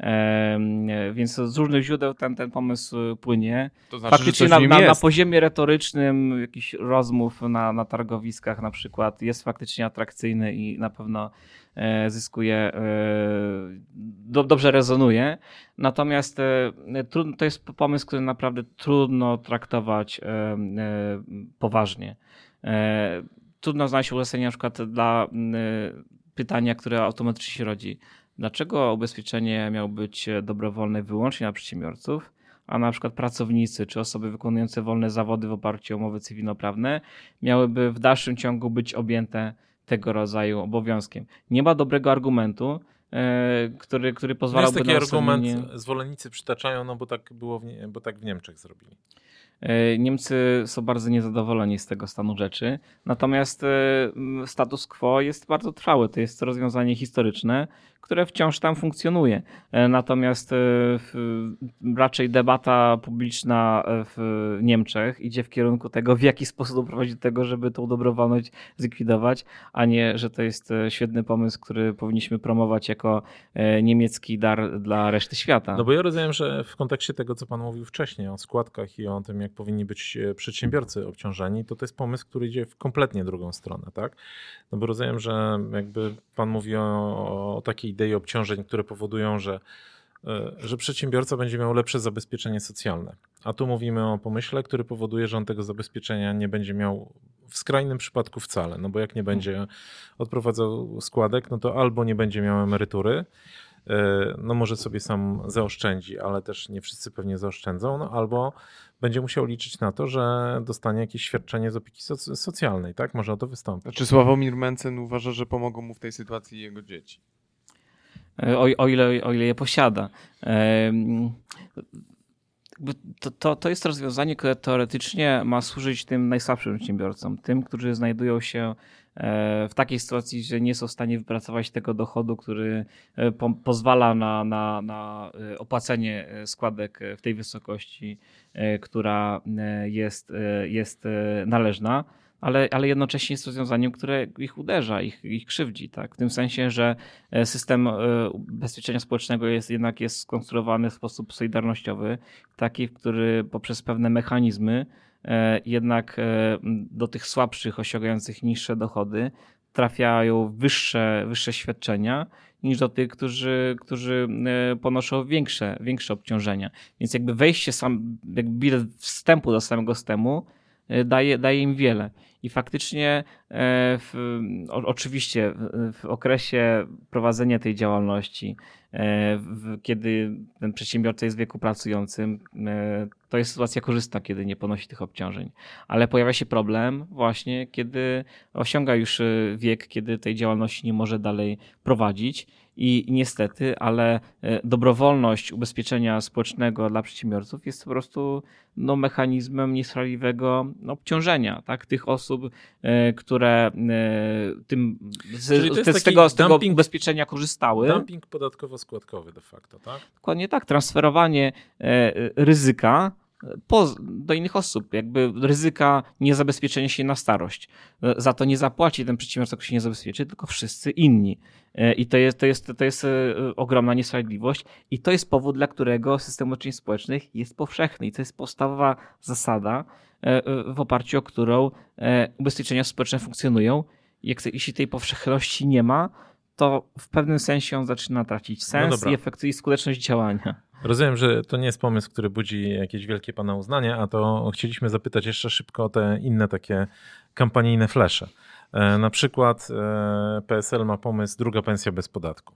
Więc z różnych źródeł ten, ten pomysł płynie. To znaczy, faktycznie na, na, na poziomie retorycznym jakichś rozmów na, na targowiskach na przykład jest faktycznie atrakcyjny i na pewno e, zyskuje, e, do, dobrze rezonuje. Natomiast e, trud, to jest pomysł, który naprawdę trudno traktować e, e, poważnie. E, trudno znaleźć uzasadnienie na przykład dla e, pytania, które automatycznie się rodzi. Dlaczego ubezpieczenie miało być dobrowolne wyłącznie na przedsiębiorców, a na przykład pracownicy czy osoby wykonujące wolne zawody w oparciu o umowy cywilnoprawne miałyby w dalszym ciągu być objęte tego rodzaju obowiązkiem? Nie ma dobrego argumentu, który, który pozwalałby na... To jest taki na argument, uzasadnienie... zwolennicy przytaczają, no bo tak było, w nie... bo tak w Niemczech zrobili. Niemcy są bardzo niezadowoleni z tego stanu rzeczy, natomiast status quo jest bardzo trwały. To jest rozwiązanie historyczne, które wciąż tam funkcjonuje. Natomiast raczej debata publiczna w Niemczech idzie w kierunku tego, w jaki sposób doprowadzić do tego, żeby tą dobrowolność zlikwidować, a nie, że to jest świetny pomysł, który powinniśmy promować jako niemiecki dar dla reszty świata. No bo ja rozumiem, że w kontekście tego, co pan mówił wcześniej o składkach i o tym, jak powinni być przedsiębiorcy obciążeni, to to jest pomysł, który idzie w kompletnie drugą stronę, tak? No bo rozumiem, że jakby pan mówi o, o takiej idei obciążeń, które powodują, że, że przedsiębiorca będzie miał lepsze zabezpieczenie socjalne. A tu mówimy o pomyśle, który powoduje, że on tego zabezpieczenia nie będzie miał w skrajnym przypadku wcale. No bo jak nie będzie odprowadzał składek, no to albo nie będzie miał emerytury, no może sobie sam zaoszczędzi, ale też nie wszyscy pewnie zaoszczędzą, no albo będzie musiał liczyć na to, że dostanie jakieś świadczenie z opieki soc- socjalnej, tak? Może o to wystąpić. Znaczy Sławomir Mencen uważa, że pomogą mu w tej sytuacji jego dzieci. O, o, ile, o ile je posiada. To, to, to jest rozwiązanie, które teoretycznie ma służyć tym najsłabszym przedsiębiorcom, tym, którzy znajdują się w takiej sytuacji, że nie są w stanie wypracować tego dochodu, który po, pozwala na, na, na opłacenie składek w tej wysokości, która jest, jest należna. Ale, ale jednocześnie jest rozwiązaniem, które ich uderza, ich, ich krzywdzi. Tak? W tym sensie, że system ubezpieczenia społecznego jest jednak jest skonstruowany w sposób solidarnościowy, taki, który poprzez pewne mechanizmy jednak do tych słabszych, osiągających niższe dochody trafiają wyższe, wyższe świadczenia niż do tych, którzy, którzy ponoszą większe, większe obciążenia. Więc jakby wejście sam, jakby bilet wstępu do samego systemu daje, daje im wiele. I faktycznie w, o, oczywiście w okresie prowadzenia tej działalności, w, kiedy ten przedsiębiorca jest w wieku pracującym, to jest sytuacja korzystna, kiedy nie ponosi tych obciążeń. Ale pojawia się problem właśnie, kiedy osiąga już wiek, kiedy tej działalności nie może dalej prowadzić. I niestety, ale dobrowolność ubezpieczenia społecznego dla przedsiębiorców jest po prostu no, mechanizmem niesprawiedliwego obciążenia tak, tych osób, które tym, z, z, tego, z tego ubezpieczenia korzystały. Dumping podatkowo-składkowy de facto, tak? Dokładnie tak. Transferowanie ryzyka do innych osób, jakby ryzyka niezabezpieczenia się na starość. Za to nie zapłaci ten przedsiębiorca, kto się nie zabezpieczy, tylko wszyscy inni. I to jest, to jest, to jest ogromna niesprawiedliwość i to jest powód, dla którego system ubezpieczeń społecznych jest powszechny i to jest podstawowa zasada, w oparciu o którą ubezpieczenia społeczne funkcjonują. Jeśli tej powszechności nie ma, to w pewnym sensie on zaczyna tracić sens no i efekty i skuteczność działania. Rozumiem, że to nie jest pomysł, który budzi jakieś wielkie pana uznanie, a to chcieliśmy zapytać jeszcze szybko o te inne takie kampanijne flesze. Na przykład P S L ma pomysł druga pensja bez podatku.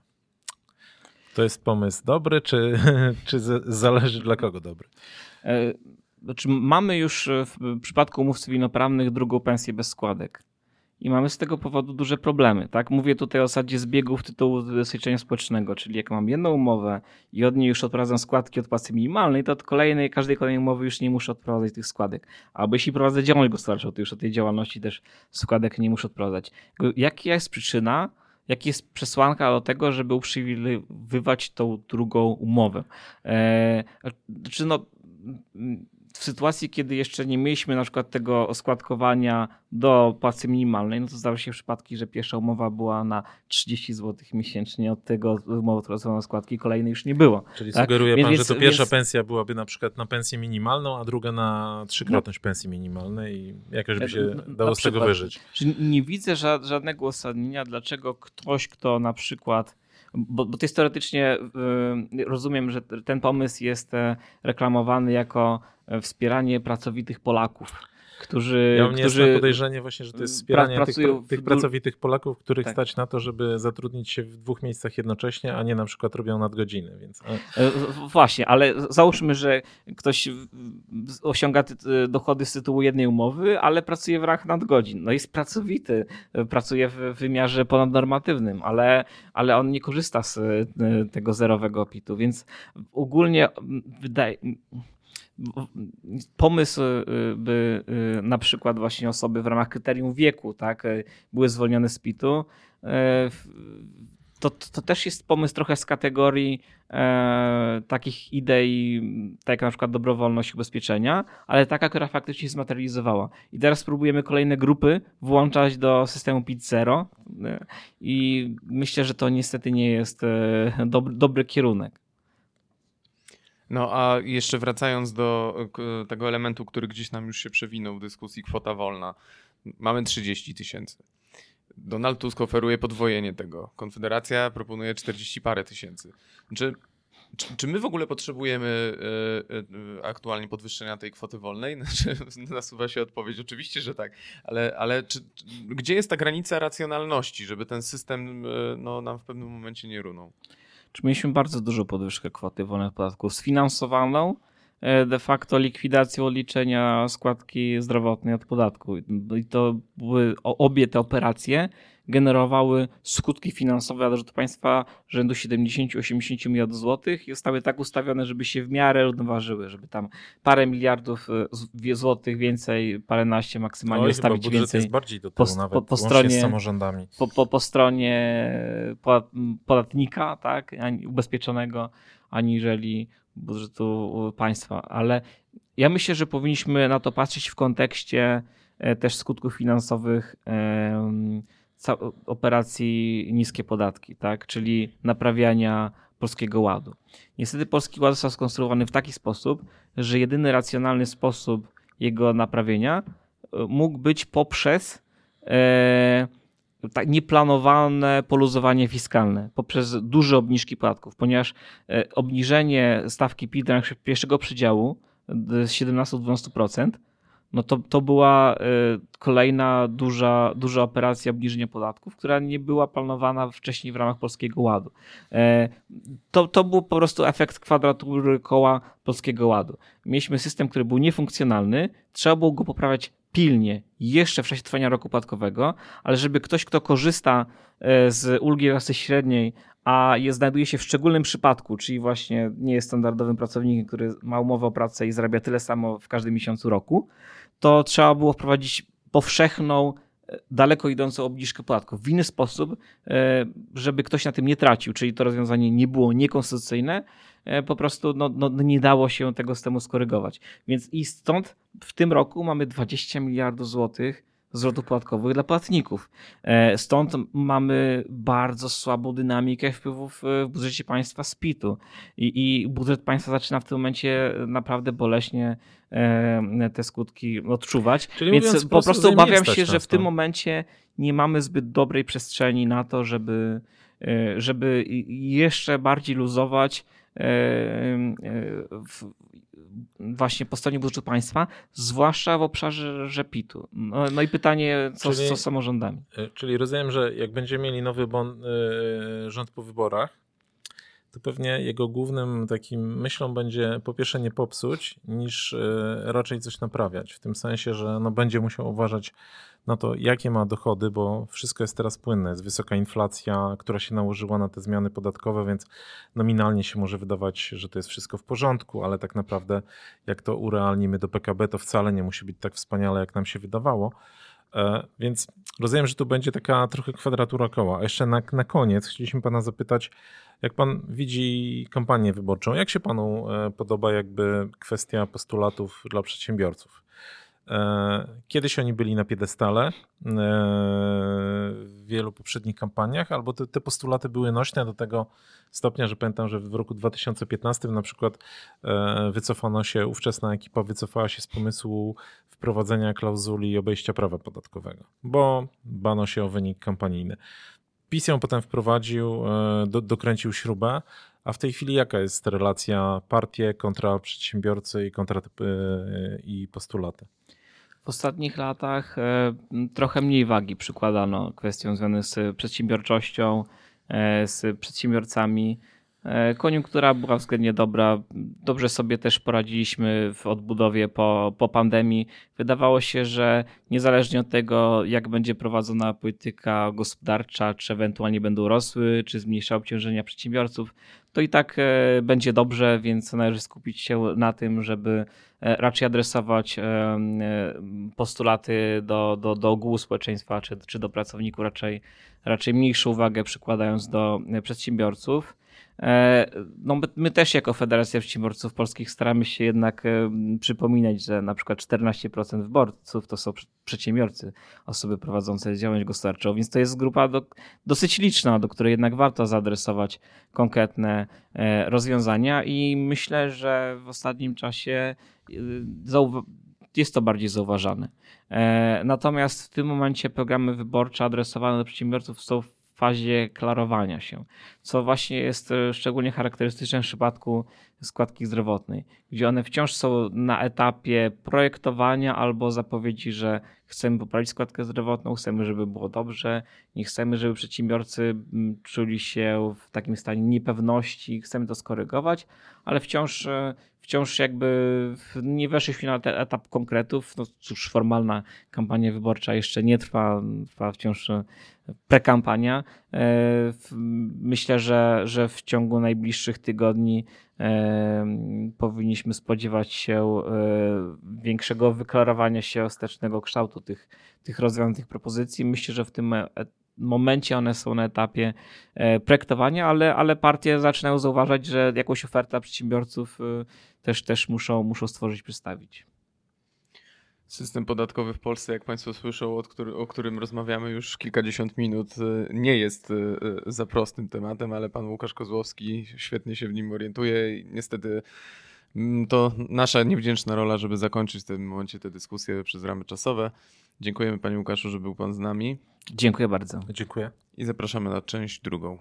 To jest pomysł dobry, czy, czy zależy dla kogo dobry? Znaczy, mamy już w przypadku umów cywilnoprawnych drugą pensję bez składek. i mamy z tego powodu duże problemy. Tak? Mówię tutaj o zasadzie zbiegów tytułu zabezpieczenia społecznego, czyli jak mam jedną umowę i od niej już odprowadzam składki od płacy minimalnej, to od kolejnej, każdej kolejnej umowy już nie muszę odprowadzać tych składek. Albo jeśli prowadzę działalność gospodarczą, to już od tej działalności też składek nie muszę odprowadzać. Jaka jest przyczyna, jaka jest przesłanka do tego, żeby uprzywilejować tą drugą umowę? Eee, czy no... W sytuacji, kiedy jeszcze nie mieliśmy na przykład tego oskładkowania do płacy minimalnej, no to zdarza się przypadki, że pierwsza umowa była na trzydzieści złotych miesięcznie, od tego umowy wprowadzono składki, kolejnej już nie było. Czyli tak? sugeruje więc, pan, że to pierwsza więc... pensja byłaby na przykład na pensję minimalną, a druga na trzykrotność no. pensji minimalnej i jakoś by się na, dało na z tego przykład, wyżyć. Czyli nie widzę ża- żadnego uzasadnienia, dlaczego ktoś, kto na przykład Bo, bo to jest teoretycznie, y, rozumiem, że ten pomysł jest reklamowany jako wspieranie pracowitych Polaków, którzy... Ja u mnie którzy jest podejrzenie właśnie, że to jest wspieranie pra, tych, w... tych pracowitych Polaków, których tak. stać na to, żeby zatrudnić się w dwóch miejscach jednocześnie, a nie na przykład robią nadgodziny. Więc... Właśnie, ale załóżmy, że ktoś osiąga dochody z tytułu jednej umowy, ale pracuje w ramach nadgodzin. No jest pracowity, pracuje w wymiarze ponadnormatywnym, ale, ale on nie korzysta z tego zerowego pitu, więc ogólnie wydaje... Pomysł, by na przykład właśnie osoby w ramach kryterium wieku, tak, były zwolnione z pitu, to, to też jest pomysł trochę z kategorii e, takich idei, tak jak na przykład dobrowolność ubezpieczenia, ale taka, która faktycznie się zmaterializowała. I teraz spróbujemy kolejne grupy włączać do systemu PIT zero i myślę, że to niestety nie jest dobry, dobry kierunek. No a jeszcze wracając do tego elementu, który gdzieś nam już się przewinął w dyskusji, kwota wolna. Mamy trzydzieści tysięcy. Donald Tusk oferuje podwojenie tego. Konfederacja proponuje czterdzieści parę tysięcy. Czy, czy, czy my w ogóle potrzebujemy y, y, aktualnie podwyższenia tej kwoty wolnej? Znaczy, nasuwa się odpowiedź, oczywiście, że tak. Ale, ale czy, gdzie jest ta granica racjonalności, żeby ten system y, no, nam w pewnym momencie nie runął? Czy mieliśmy bardzo dużą podwyżkę kwoty wolnej od podatku sfinansowaną de facto likwidacją odliczenia składki zdrowotnej od podatku. I to były, obie te operacje generowały skutki finansowe dla budżetu państwa rzędu siedemdziesiąt do osiemdziesięciu milionów złotych i zostały tak ustawione, żeby się w miarę równoważyły, żeby tam parę miliardów złotych więcej, paręnaście maksymalnie Oj, ustawić budżet więcej. jest bardziej do tyłu, po, nawet po, po stronie, stronie z samorządami. Po, po, po stronie podatnika, tak, ubezpieczonego, aniżeli budżetu państwa. Ale ja myślę, że powinniśmy na to patrzeć w kontekście też skutków finansowych operacji niskie podatki, tak? Czyli naprawiania Polskiego Ładu. Niestety Polski Ład został skonstruowany w taki sposób, że jedyny racjonalny sposób jego naprawienia mógł być poprzez e, tak nieplanowane poluzowanie fiskalne, poprzez duże obniżki podatków, ponieważ e, obniżenie stawki P I T z pierwszego przydziału z siedemnastu do dwunastu procent no to, to była y, kolejna duża, duża operacja obniżenia podatków, która nie była planowana wcześniej w ramach Polskiego Ładu. E, to, to był po prostu efekt kwadratury koła Polskiego Ładu. Mieliśmy system, który był niefunkcjonalny, trzeba było go poprawiać pilnie, jeszcze w czasie trwania roku podatkowego, ale żeby ktoś, kto korzysta z ulgi klasy średniej, a jest, znajduje się w szczególnym przypadku, czyli właśnie nie jest standardowym pracownikiem, który ma umowę o pracę i zarabia tyle samo w każdym miesiącu roku, to trzeba było wprowadzić powszechną, daleko idącą obniżkę podatków w inny sposób, żeby ktoś na tym nie tracił, czyli to rozwiązanie nie było niekonstytucyjne, po prostu no, no, nie dało się tego systemu skorygować. Więc i stąd w tym roku mamy dwadzieścia miliardów złotych zwrotów podatkowych dla płatników. Stąd mamy bardzo słabą dynamikę wpływów w budżecie państwa z P I T-u. I, i budżet państwa zaczyna w tym momencie naprawdę boleśnie te skutki odczuwać. Czyli Więc mówiąc, po prostu obawiam się, że w tym to. momencie nie mamy zbyt dobrej przestrzeni na to, żeby, żeby jeszcze bardziej luzować w, właśnie po stronie budżetu państwa, zwłaszcza w obszarze P I T-u. No, no i pytanie, co, czyli, co z samorządami? Czyli rozumiem, że jak będziemy mieli nowy bon, y, rząd po wyborach, to pewnie jego głównym takim myślą będzie po pierwsze nie popsuć, niż raczej coś naprawiać. W tym sensie, że no będzie musiał uważać na to, jakie ma dochody, bo wszystko jest teraz płynne. Jest wysoka inflacja, która się nałożyła na te zmiany podatkowe, więc nominalnie się może wydawać, że to jest wszystko w porządku, ale tak naprawdę jak to urealnimy do P K B, to wcale nie musi być tak wspaniale, jak nam się wydawało. Więc rozumiem, że tu będzie taka trochę kwadratura koła. A jeszcze na, na koniec chcieliśmy pana zapytać, jak pan widzi kampanię wyborczą, jak się panu podoba jakby kwestia postulatów dla przedsiębiorców? Kiedyś oni byli na piedestale w wielu poprzednich kampaniach, albo te, te postulaty były nośne do tego stopnia, że pamiętam, że w roku dwa tysiące piętnastym na przykład wycofano się, ówczesna ekipa wycofała się z pomysłu wprowadzenia klauzuli obejścia prawa podatkowego, bo bano się o wynik kampanijny. PiS ją potem wprowadził, do, dokręcił śrubę, a w tej chwili jaka jest relacja partie kontra przedsiębiorcy i kontra i postulaty? W ostatnich latach trochę mniej wagi przykładano kwestiom związanym z przedsiębiorczością, z przedsiębiorcami. Koniunktura była względnie dobra. Dobrze sobie też poradziliśmy w odbudowie po, po pandemii. Wydawało się, że niezależnie od tego, jak będzie prowadzona polityka gospodarcza, czy ewentualnie będą rosły, czy zmniejsza obciążenia przedsiębiorców, to i tak będzie dobrze, więc należy skupić się na tym, żeby raczej adresować postulaty do, do, do ogółu społeczeństwa, czy, czy do pracowników, raczej, raczej mniejszą uwagę przykładając do przedsiębiorców. No my, my też jako Federacja Przedsiębiorców Polskich staramy się jednak przypominać, że na przykład czternaście procent wyborców to są przedsiębiorcy, osoby prowadzące działalność gospodarczą, więc to jest grupa do, dosyć liczna, do której jednak warto zaadresować konkretne rozwiązania i myślę, że w ostatnim czasie zauwa- jest to bardziej zauważane. Natomiast w tym momencie programy wyborcze adresowane do przedsiębiorców są w fazie klarowania się, co właśnie jest szczególnie charakterystyczne w przypadku składki zdrowotnej, gdzie one wciąż są na etapie projektowania albo zapowiedzi, że chcemy poprawić składkę zdrowotną, chcemy, żeby było dobrze, nie chcemy, żeby przedsiębiorcy czuli się w takim stanie niepewności, chcemy to skorygować, ale wciąż, wciąż jakby nie weszliśmy na ten etap konkretów. No cóż, formalna kampania wyborcza jeszcze nie trwa, trwa wciąż prekampania. Myślę, że, że w ciągu najbliższych tygodni powinniśmy spodziewać się większego wyklarowania się ostatecznego kształtu tych, tych rozwiązań, tych propozycji. Myślę, że w tym momencie one są na etapie projektowania, ale, ale partie zaczynają zauważać, że jakąś ofertę dla przedsiębiorców też, też muszą, muszą stworzyć, przedstawić. System podatkowy w Polsce, jak Państwo słyszą, od który, o którym rozmawiamy już kilkadziesiąt minut, nie jest za prostym tematem, ale pan Łukasz Kozłowski świetnie się w nim orientuje i niestety to nasza niewdzięczna rola, żeby zakończyć w tym momencie tę dyskusję przez ramy czasowe. Dziękujemy panie Łukaszu, że był pan z nami. Dziękuję bardzo. Dziękuję. I zapraszamy na część drugą.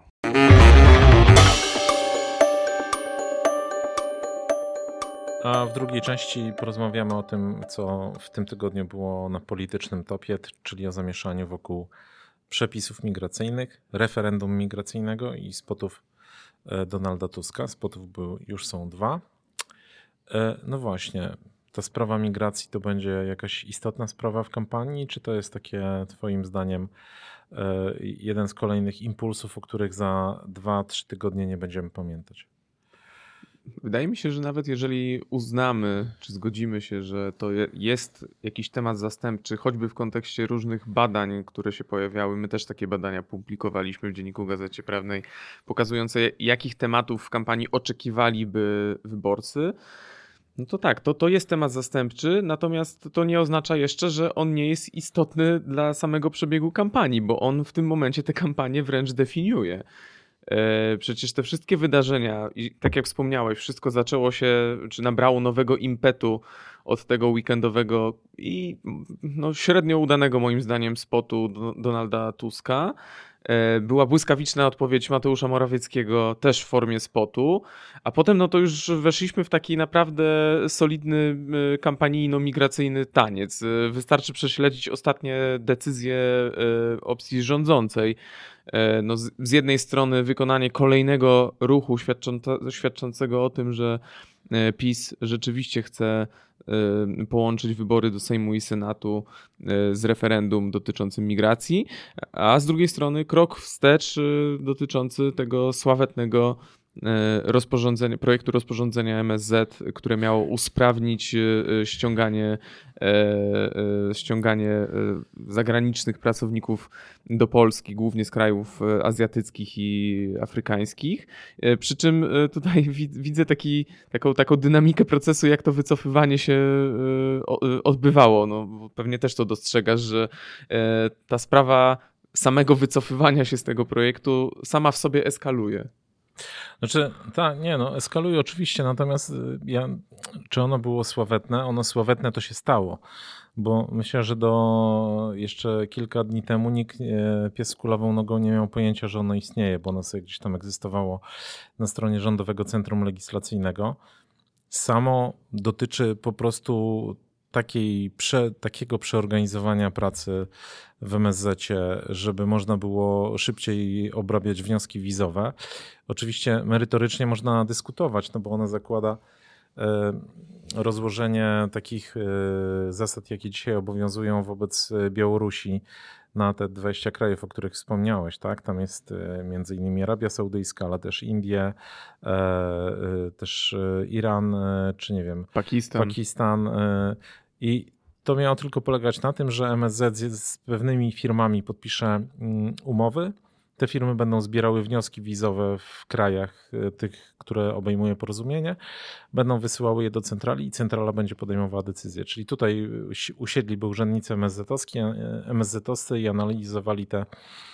A w drugiej części porozmawiamy o tym, co w tym tygodniu było na politycznym topie, czyli o zamieszaniu wokół przepisów migracyjnych, referendum migracyjnego i spotów Donalda Tuska. Spotów były, już są dwa. No właśnie, ta sprawa migracji to będzie jakaś istotna sprawa w kampanii, czy to jest takie twoim zdaniem jeden z kolejnych impulsów, o których za dwa, trzy tygodnie nie będziemy pamiętać? Wydaje mi się, że nawet jeżeli uznamy, czy zgodzimy się, że to jest jakiś temat zastępczy, choćby w kontekście różnych badań, które się pojawiały, my też takie badania publikowaliśmy w Dzienniku Gazecie Prawnej, pokazujące jakich tematów w kampanii oczekiwaliby wyborcy, no to tak, to, to jest temat zastępczy, natomiast to nie oznacza jeszcze, że on nie jest istotny dla samego przebiegu kampanii, bo on w tym momencie tę kampanię wręcz definiuje. Przecież te wszystkie wydarzenia, i tak jak wspomniałeś, wszystko zaczęło się, czy nabrało nowego impetu od tego weekendowego i no, średnio udanego moim zdaniem spotu Donalda Tuska. Była błyskawiczna odpowiedź Mateusza Morawieckiego też w formie spotu, a potem no to już weszliśmy w taki naprawdę solidny kampanijno-migracyjny taniec. Wystarczy prześledzić ostatnie decyzje opcji rządzącej. No z, z jednej strony wykonanie kolejnego ruchu świadczące, świadczącego o tym, że PiS rzeczywiście chce połączyć wybory do Sejmu i Senatu z referendum dotyczącym migracji, a z drugiej strony krok wstecz dotyczący tego sławetnego rozporządzenia, projektu rozporządzenia M S Z, które miało usprawnić ściąganie, ściąganie zagranicznych pracowników do Polski, głównie z krajów azjatyckich i afrykańskich. Przy czym tutaj widzę taki, taką, taką dynamikę procesu, jak to wycofywanie się odbywało. No, pewnie też to dostrzegasz, że ta sprawa samego wycofywania się z tego projektu sama w sobie eskaluje. Znaczy, tak, nie no, eskaluje oczywiście, natomiast ja, czy ono było sławetne? Ono sławetne to się stało, bo myślę, że do jeszcze kilka dni temu nikt pies z kulawą nogą nie miał pojęcia, że ono istnieje, bo ono sobie gdzieś tam egzystowało na stronie Rządowego Centrum Legislacyjnego. Samo dotyczy po prostu takiej prze, takiego przeorganizowania pracy w M S Z-cie, żeby można było szybciej obrabiać wnioski wizowe. Oczywiście merytorycznie można dyskutować, no bo ona zakłada rozłożenie takich zasad, jakie dzisiaj obowiązują wobec Białorusi na te dwadzieścia krajów, o których wspomniałeś, tak? Tam jest między innymi Arabia Saudyjska, ale też Indie, też Iran, czy nie wiem, Pakistan. Pakistan. I to miało tylko polegać na tym, że M S Z z pewnymi firmami podpisze umowy. Te firmy będą zbierały wnioski wizowe w krajach tych, które obejmuje porozumienie, będą wysyłały je do centrali i centrala będzie podejmowała decyzję. Czyli tutaj usiedliby urzędnicy M S Z-owscy i analizowali te,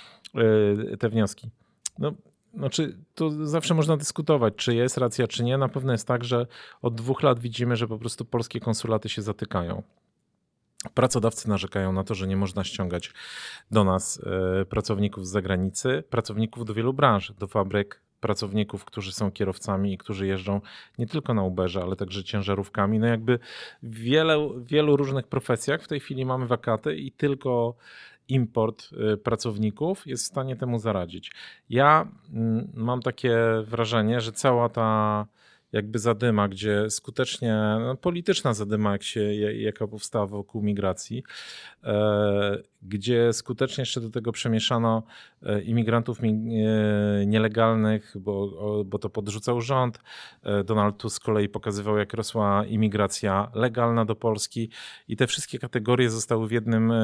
te wnioski. No, znaczy, to zawsze można dyskutować, czy jest racja, czy nie. Na pewno jest tak, że od dwóch lat widzimy, że po prostu polskie konsulaty się zatykają. Pracodawcy narzekają na to, że nie można ściągać do nas pracowników z zagranicy, pracowników do wielu branż, do fabryk, pracowników, którzy są kierowcami i którzy jeżdżą nie tylko na Uberze, ale także ciężarówkami. No jakby w wiele, wielu różnych profesjach w tej chwili mamy wakaty i tylko import pracowników jest w stanie temu zaradzić. Ja mam takie wrażenie, że cała ta jakby zadyma, gdzie skutecznie, no polityczna zadyma, jak się, jaka powstała wokół migracji, e, gdzie skutecznie jeszcze do tego przemieszano imigrantów nielegalnych, bo, bo to podrzucał rząd. Donald Tusk z kolei pokazywał, jak rosła imigracja legalna do Polski i te wszystkie kategorie zostały w jednym,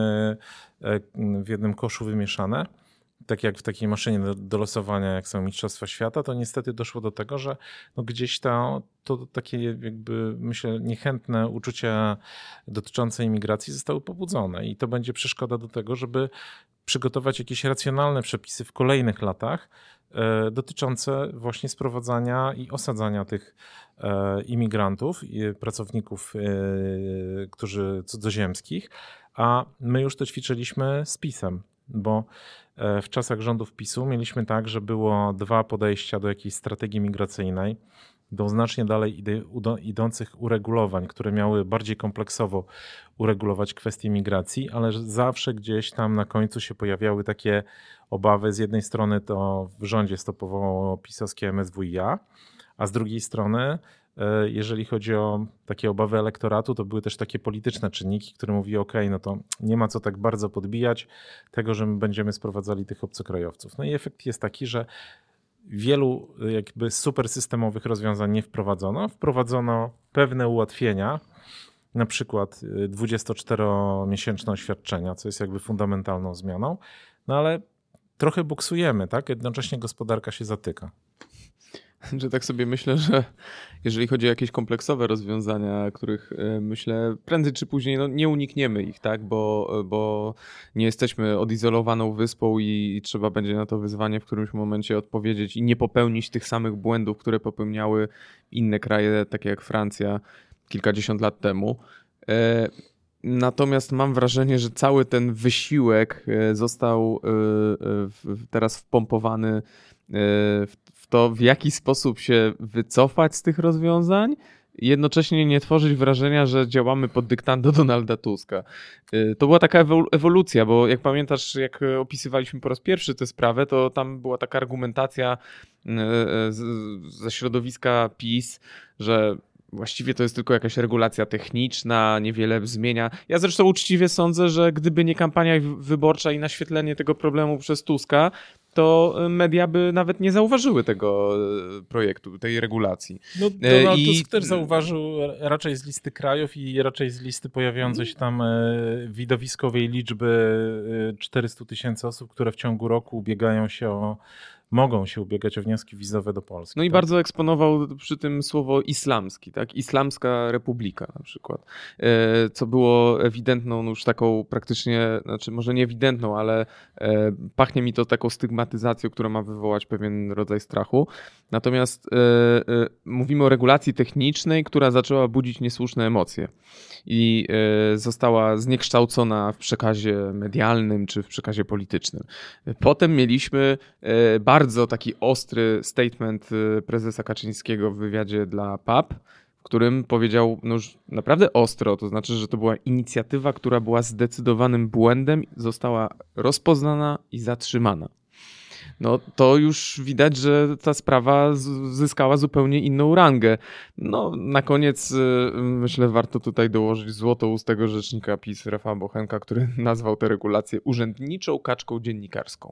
w jednym koszu wymieszane. Tak jak w takiej maszynie do, do losowania, jak są Mistrzostwa Świata, to niestety doszło do tego, że no gdzieś to, to takie jakby, myślę, niechętne uczucia dotyczące imigracji zostały pobudzone i to będzie przeszkoda do tego, żeby przygotować jakieś racjonalne przepisy w kolejnych latach e, dotyczące właśnie sprowadzania i osadzania tych e, imigrantów i pracowników, e, którzy cudzoziemskich, a my już to ćwiczyliśmy z PiS-em, bo w czasach rządów PiS-u mieliśmy tak, że było dwa podejścia do jakiejś strategii migracyjnej, do znacznie dalej idących uregulowań, które miały bardziej kompleksowo uregulować kwestie migracji, ale zawsze gdzieś tam na końcu się pojawiały takie obawy. Z jednej strony to w rządzie stopowało pisowskie M S W i A, a z drugiej strony jeżeli chodzi o takie obawy elektoratu, to były też takie polityczne czynniki, które mówi, ok, no to nie ma co tak bardzo podbijać tego, że my będziemy sprowadzali tych obcokrajowców. No i efekt jest taki, że wielu jakby super systemowych rozwiązań nie wprowadzono. Wprowadzono pewne ułatwienia, na przykład dwudziestoczteromiesięczne oświadczenia, co jest jakby fundamentalną zmianą, no ale trochę buksujemy, tak? Jednocześnie gospodarka się zatyka. Że tak sobie myślę, że jeżeli chodzi o jakieś kompleksowe rozwiązania, których myślę prędzej czy później no, nie unikniemy ich, tak, bo, bo nie jesteśmy odizolowaną wyspą i, i trzeba będzie na to wyzwanie w którymś momencie odpowiedzieć i nie popełnić tych samych błędów, które popełniały inne kraje, takie jak Francja, kilkadziesiąt lat temu. Natomiast mam wrażenie, że cały ten wysiłek został teraz wpompowany w to, w jaki sposób się wycofać z tych rozwiązań, jednocześnie nie tworzyć wrażenia, że działamy pod dyktando Donalda Tuska. To była taka ewolucja, bo jak pamiętasz, jak opisywaliśmy po raz pierwszy tę sprawę, to tam była taka argumentacja ze środowiska PiS, że właściwie to jest tylko jakaś regulacja techniczna, niewiele zmienia. Ja zresztą uczciwie sądzę, że gdyby nie kampania wyborcza i naświetlenie tego problemu przez Tuska, to media by nawet nie zauważyły tego projektu, tej regulacji. No, Donald I... Tusk też zauważył raczej z listy krajów i raczej z listy pojawiającej się tam widowiskowej liczby czterysta tysięcy osób, które w ciągu roku ubiegają się o mogą się ubiegać o wnioski wizowe do Polski. No i tak? bardzo eksponował przy tym słowo islamski, tak? Islamska Republika na przykład, co było ewidentną już taką praktycznie, znaczy może nie ewidentną, ale pachnie mi to taką stygmatyzacją, która ma wywołać pewien rodzaj strachu. Natomiast mówimy o regulacji technicznej, która zaczęła budzić niesłuszne emocje i została zniekształcona w przekazie medialnym czy w przekazie politycznym. Potem mieliśmy bardzo taki ostry statement prezesa Kaczyńskiego w wywiadzie dla P A P, w którym powiedział no już naprawdę ostro, to znaczy, że to była inicjatywa, która była zdecydowanym błędem, została rozpoznana i zatrzymana. No to już widać, że ta sprawa zyskała zupełnie inną rangę. No na koniec myślę warto tutaj dołożyć złotoustego rzecznika PiS Rafała Bochenka, który nazwał tę regulację urzędniczą kaczką dziennikarską.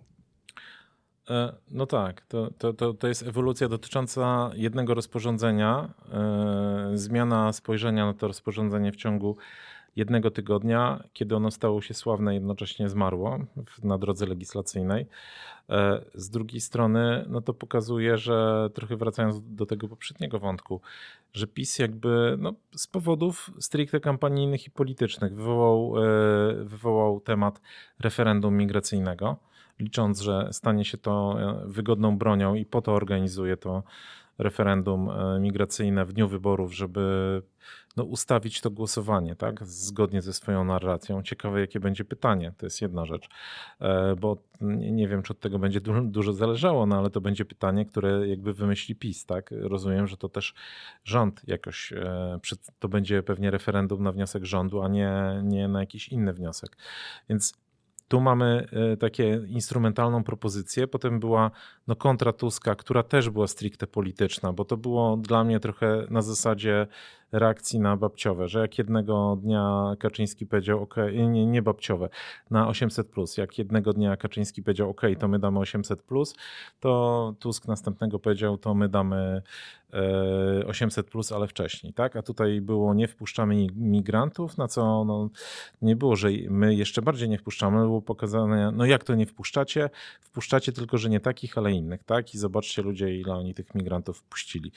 No tak, to, to, to, to jest ewolucja dotycząca jednego rozporządzenia, e, zmiana spojrzenia na to rozporządzenie w ciągu jednego tygodnia, kiedy ono stało się sławne, jednocześnie zmarło w, na drodze legislacyjnej. E, z drugiej strony no to pokazuje, że trochę wracając do tego poprzedniego wątku, że PiS jakby no, z powodów stricte kampanijnych i politycznych wywołał, e, wywołał temat referendum migracyjnego, licząc, że stanie się to wygodną bronią i po to organizuje to referendum migracyjne w dniu wyborów, żeby no, ustawić to głosowanie, tak, zgodnie ze swoją narracją. Ciekawe, jakie będzie pytanie, to jest jedna rzecz, bo nie wiem, czy od tego będzie du- dużo zależało, no ale to będzie pytanie, które jakby wymyśli PiS, tak. Rozumiem, że to też rząd jakoś, to będzie pewnie referendum na wniosek rządu, a nie, nie na jakiś inny wniosek, więc tu mamy takie instrumentalną propozycję, potem była no, kontra Tuska, która też była stricte polityczna, bo to było dla mnie trochę na zasadzie reakcji na babciowe, że jak jednego dnia Kaczyński powiedział ok, nie, nie babciowe, na osiemset plus, jak jednego dnia Kaczyński powiedział ok, to my damy osiemset plus, to Tusk następnego powiedział, to my damy osiemset plus, ale wcześniej, tak? A tutaj było nie wpuszczamy migrantów, na co no, nie było, że my jeszcze bardziej nie wpuszczamy, było pokazane, no jak to nie wpuszczacie? Wpuszczacie tylko, że nie takich, ale innych, tak? I zobaczcie ludzie, ile oni tych migrantów wpuścili.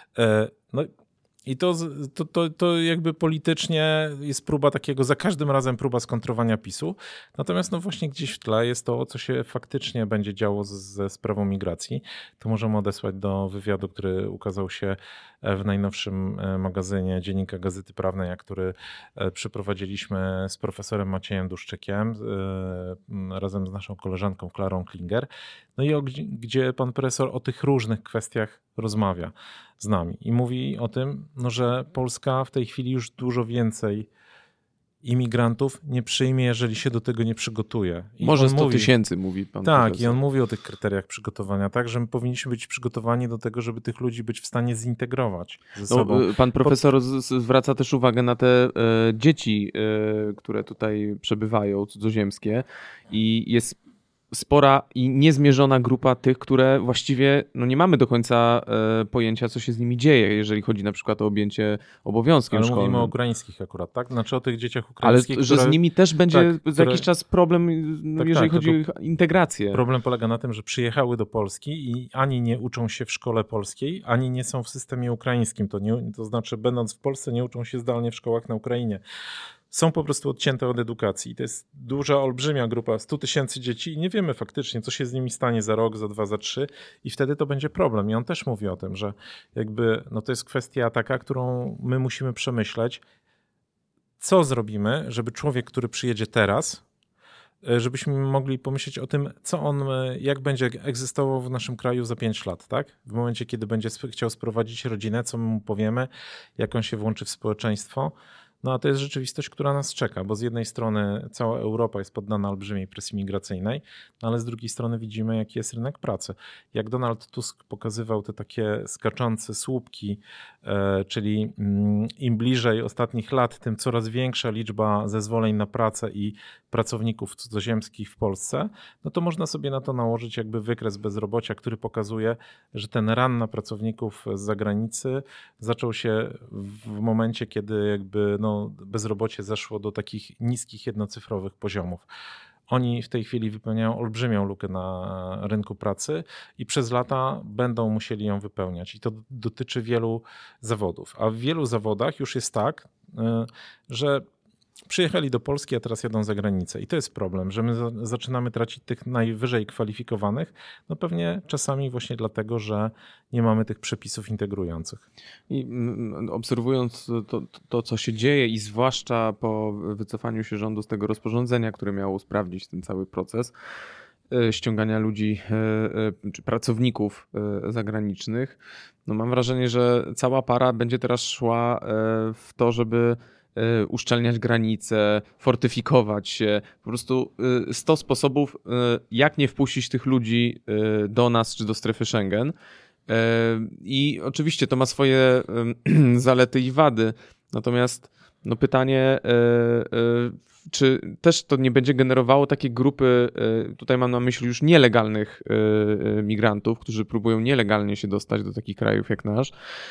No i to, to, to, to jakby politycznie jest próba takiego, za każdym razem próba skontrowania PiSu. Natomiast no właśnie gdzieś w tle jest to, co się faktycznie będzie działo z, ze sprawą migracji. To możemy odesłać do wywiadu, który ukazał się w najnowszym magazynie Dziennika Gazety Prawnej, który przeprowadziliśmy z profesorem Maciejem Duszczykiem razem z naszą koleżanką Klarą Klinger. No i o, gdzie pan profesor o tych różnych kwestiach rozmawia z nami i mówi o tym, no, że Polska w tej chwili już dużo więcej imigrantów nie przyjmie, jeżeli się do tego nie przygotuje. I Może sto mówi, tysięcy, mówi pan Tak, profesor. I on mówi o tych kryteriach przygotowania, tak, że my powinniśmy być przygotowani do tego, żeby tych ludzi być w stanie zintegrować ze No, sobą. pan profesor z, zwraca też uwagę na te e, dzieci, e, które tutaj przebywają, cudzoziemskie i jest spora i niezmierzona grupa tych, które właściwie no nie mamy do końca e, pojęcia, co się z nimi dzieje, jeżeli chodzi na przykład o objęcie obowiązkiem Ale szkolnym. mówimy o ukraińskich akurat, tak? Znaczy o tych dzieciach Ale ukraińskich, że które... z nimi też będzie tak, za jakiś które... czas problem, no, tak, jeżeli tak, chodzi o ich integrację. Problem polega na tym, że przyjechały do Polski i ani nie uczą się w szkole polskiej, ani nie są w systemie ukraińskim. To, nie, to znaczy, będąc w Polsce, nie uczą się zdalnie w szkołach na Ukrainie. są po prostu odcięte od edukacji. To jest duża, olbrzymia grupa, sto tysięcy dzieci i nie wiemy faktycznie, co się z nimi stanie za rok, za dwa, za trzy i wtedy to będzie problem. I on też mówi o tym, że jakby no to jest kwestia taka, którą my musimy przemyśleć, co zrobimy, żeby człowiek, który przyjedzie teraz, żebyśmy mogli pomyśleć o tym, co on, jak będzie egzystował w naszym kraju za pięć lat, tak? W momencie, kiedy będzie chciał sprowadzić rodzinę, co my mu powiemy, jak on się włączy w społeczeństwo. No a to jest rzeczywistość, która nas czeka, bo z jednej strony cała Europa jest poddana olbrzymiej presji migracyjnej, no ale z drugiej strony widzimy, jaki jest rynek pracy. Jak Donald Tusk pokazywał te takie skaczące słupki, e, czyli mm, im bliżej ostatnich lat, tym coraz większa liczba zezwoleń na pracę i pracowników cudzoziemskich w Polsce, no to można sobie na to nałożyć jakby wykres bezrobocia, który pokazuje, że ten run na pracowników z zagranicy zaczął się w momencie, kiedy jakby no, bezrobocie zeszło do takich niskich, jednocyfrowych poziomów. Oni w tej chwili wypełniają olbrzymią lukę na rynku pracy i przez lata będą musieli ją wypełniać. I to dotyczy wielu zawodów. A w wielu zawodach już jest tak, że przyjechali do Polski, a teraz jadą za granicę. I to jest problem, że my zaczynamy tracić tych najwyżej kwalifikowanych, no pewnie czasami właśnie dlatego, że nie mamy tych przepisów integrujących. I obserwując to, to, co się dzieje i zwłaszcza po wycofaniu się rządu z tego rozporządzenia, które miało usprawnić ten cały proces ściągania ludzi czy pracowników zagranicznych, no mam wrażenie, że cała para będzie teraz szła w to, żeby uszczelniać granice, fortyfikować się. Po prostu sto sposobów, jak nie wpuścić tych ludzi do nas czy do strefy Schengen. I oczywiście to ma swoje zalety i wady. Natomiast no pytanie, czy też to nie będzie generowało takiej grupy, tutaj mam na myśli już nielegalnych migrantów, którzy próbują nielegalnie się dostać do takich krajów jak nasz,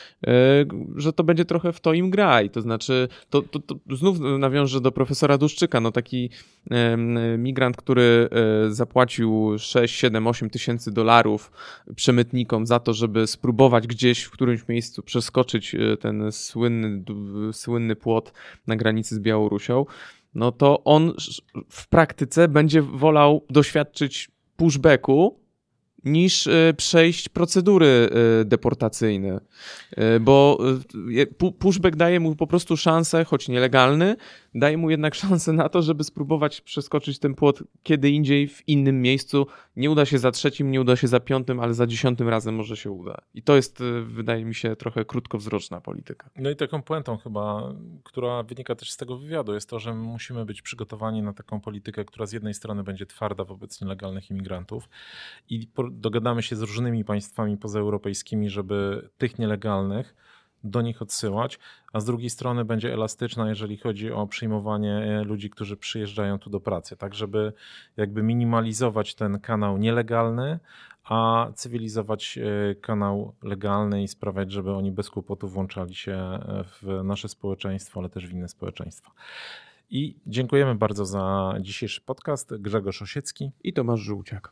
że to będzie trochę w to im graj. To znaczy, to, to, to znów nawiążę do profesora Duszczyka, no taki migrant, który zapłacił sześć, siedem, osiem tysięcy dolarów przemytnikom za to, żeby spróbować gdzieś w którymś miejscu przeskoczyć ten słynny, słynny płot na granicy z Białorusią, no to on w praktyce będzie wolał doświadczyć pushbacku niż przejść procedury deportacyjne, bo pushback daje mu po prostu szansę, choć nielegalny, daje mu jednak szansę na to, żeby spróbować przeskoczyć ten płot kiedy indziej w innym miejscu. Nie uda się za trzecim, nie uda się za piątym, ale za dziesiątym razem może się uda. I to jest, wydaje mi się, trochę krótkowzroczna polityka. No i taką puentą chyba, która wynika też z tego wywiadu, jest to, że musimy być przygotowani na taką politykę, która z jednej strony będzie twarda wobec nielegalnych imigrantów i dogadamy się z różnymi państwami pozaeuropejskimi, żeby tych nielegalnych do nich odsyłać, a z drugiej strony będzie elastyczna, jeżeli chodzi o przyjmowanie ludzi, którzy przyjeżdżają tu do pracy, tak żeby jakby minimalizować ten kanał nielegalny, a cywilizować kanał legalny i sprawiać, żeby oni bez kłopotu włączali się w nasze społeczeństwo, ale też w inne społeczeństwa. I dziękujemy bardzo za dzisiejszy podcast. Grzegorz Osiecki i Tomasz Żółciak.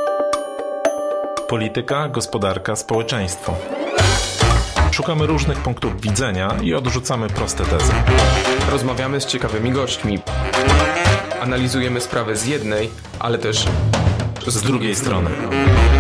Polityka, gospodarka, społeczeństwo. Szukamy różnych punktów widzenia i odrzucamy proste tezy. Rozmawiamy z ciekawymi gośćmi. Analizujemy sprawę z jednej, ale też z drugiej strony.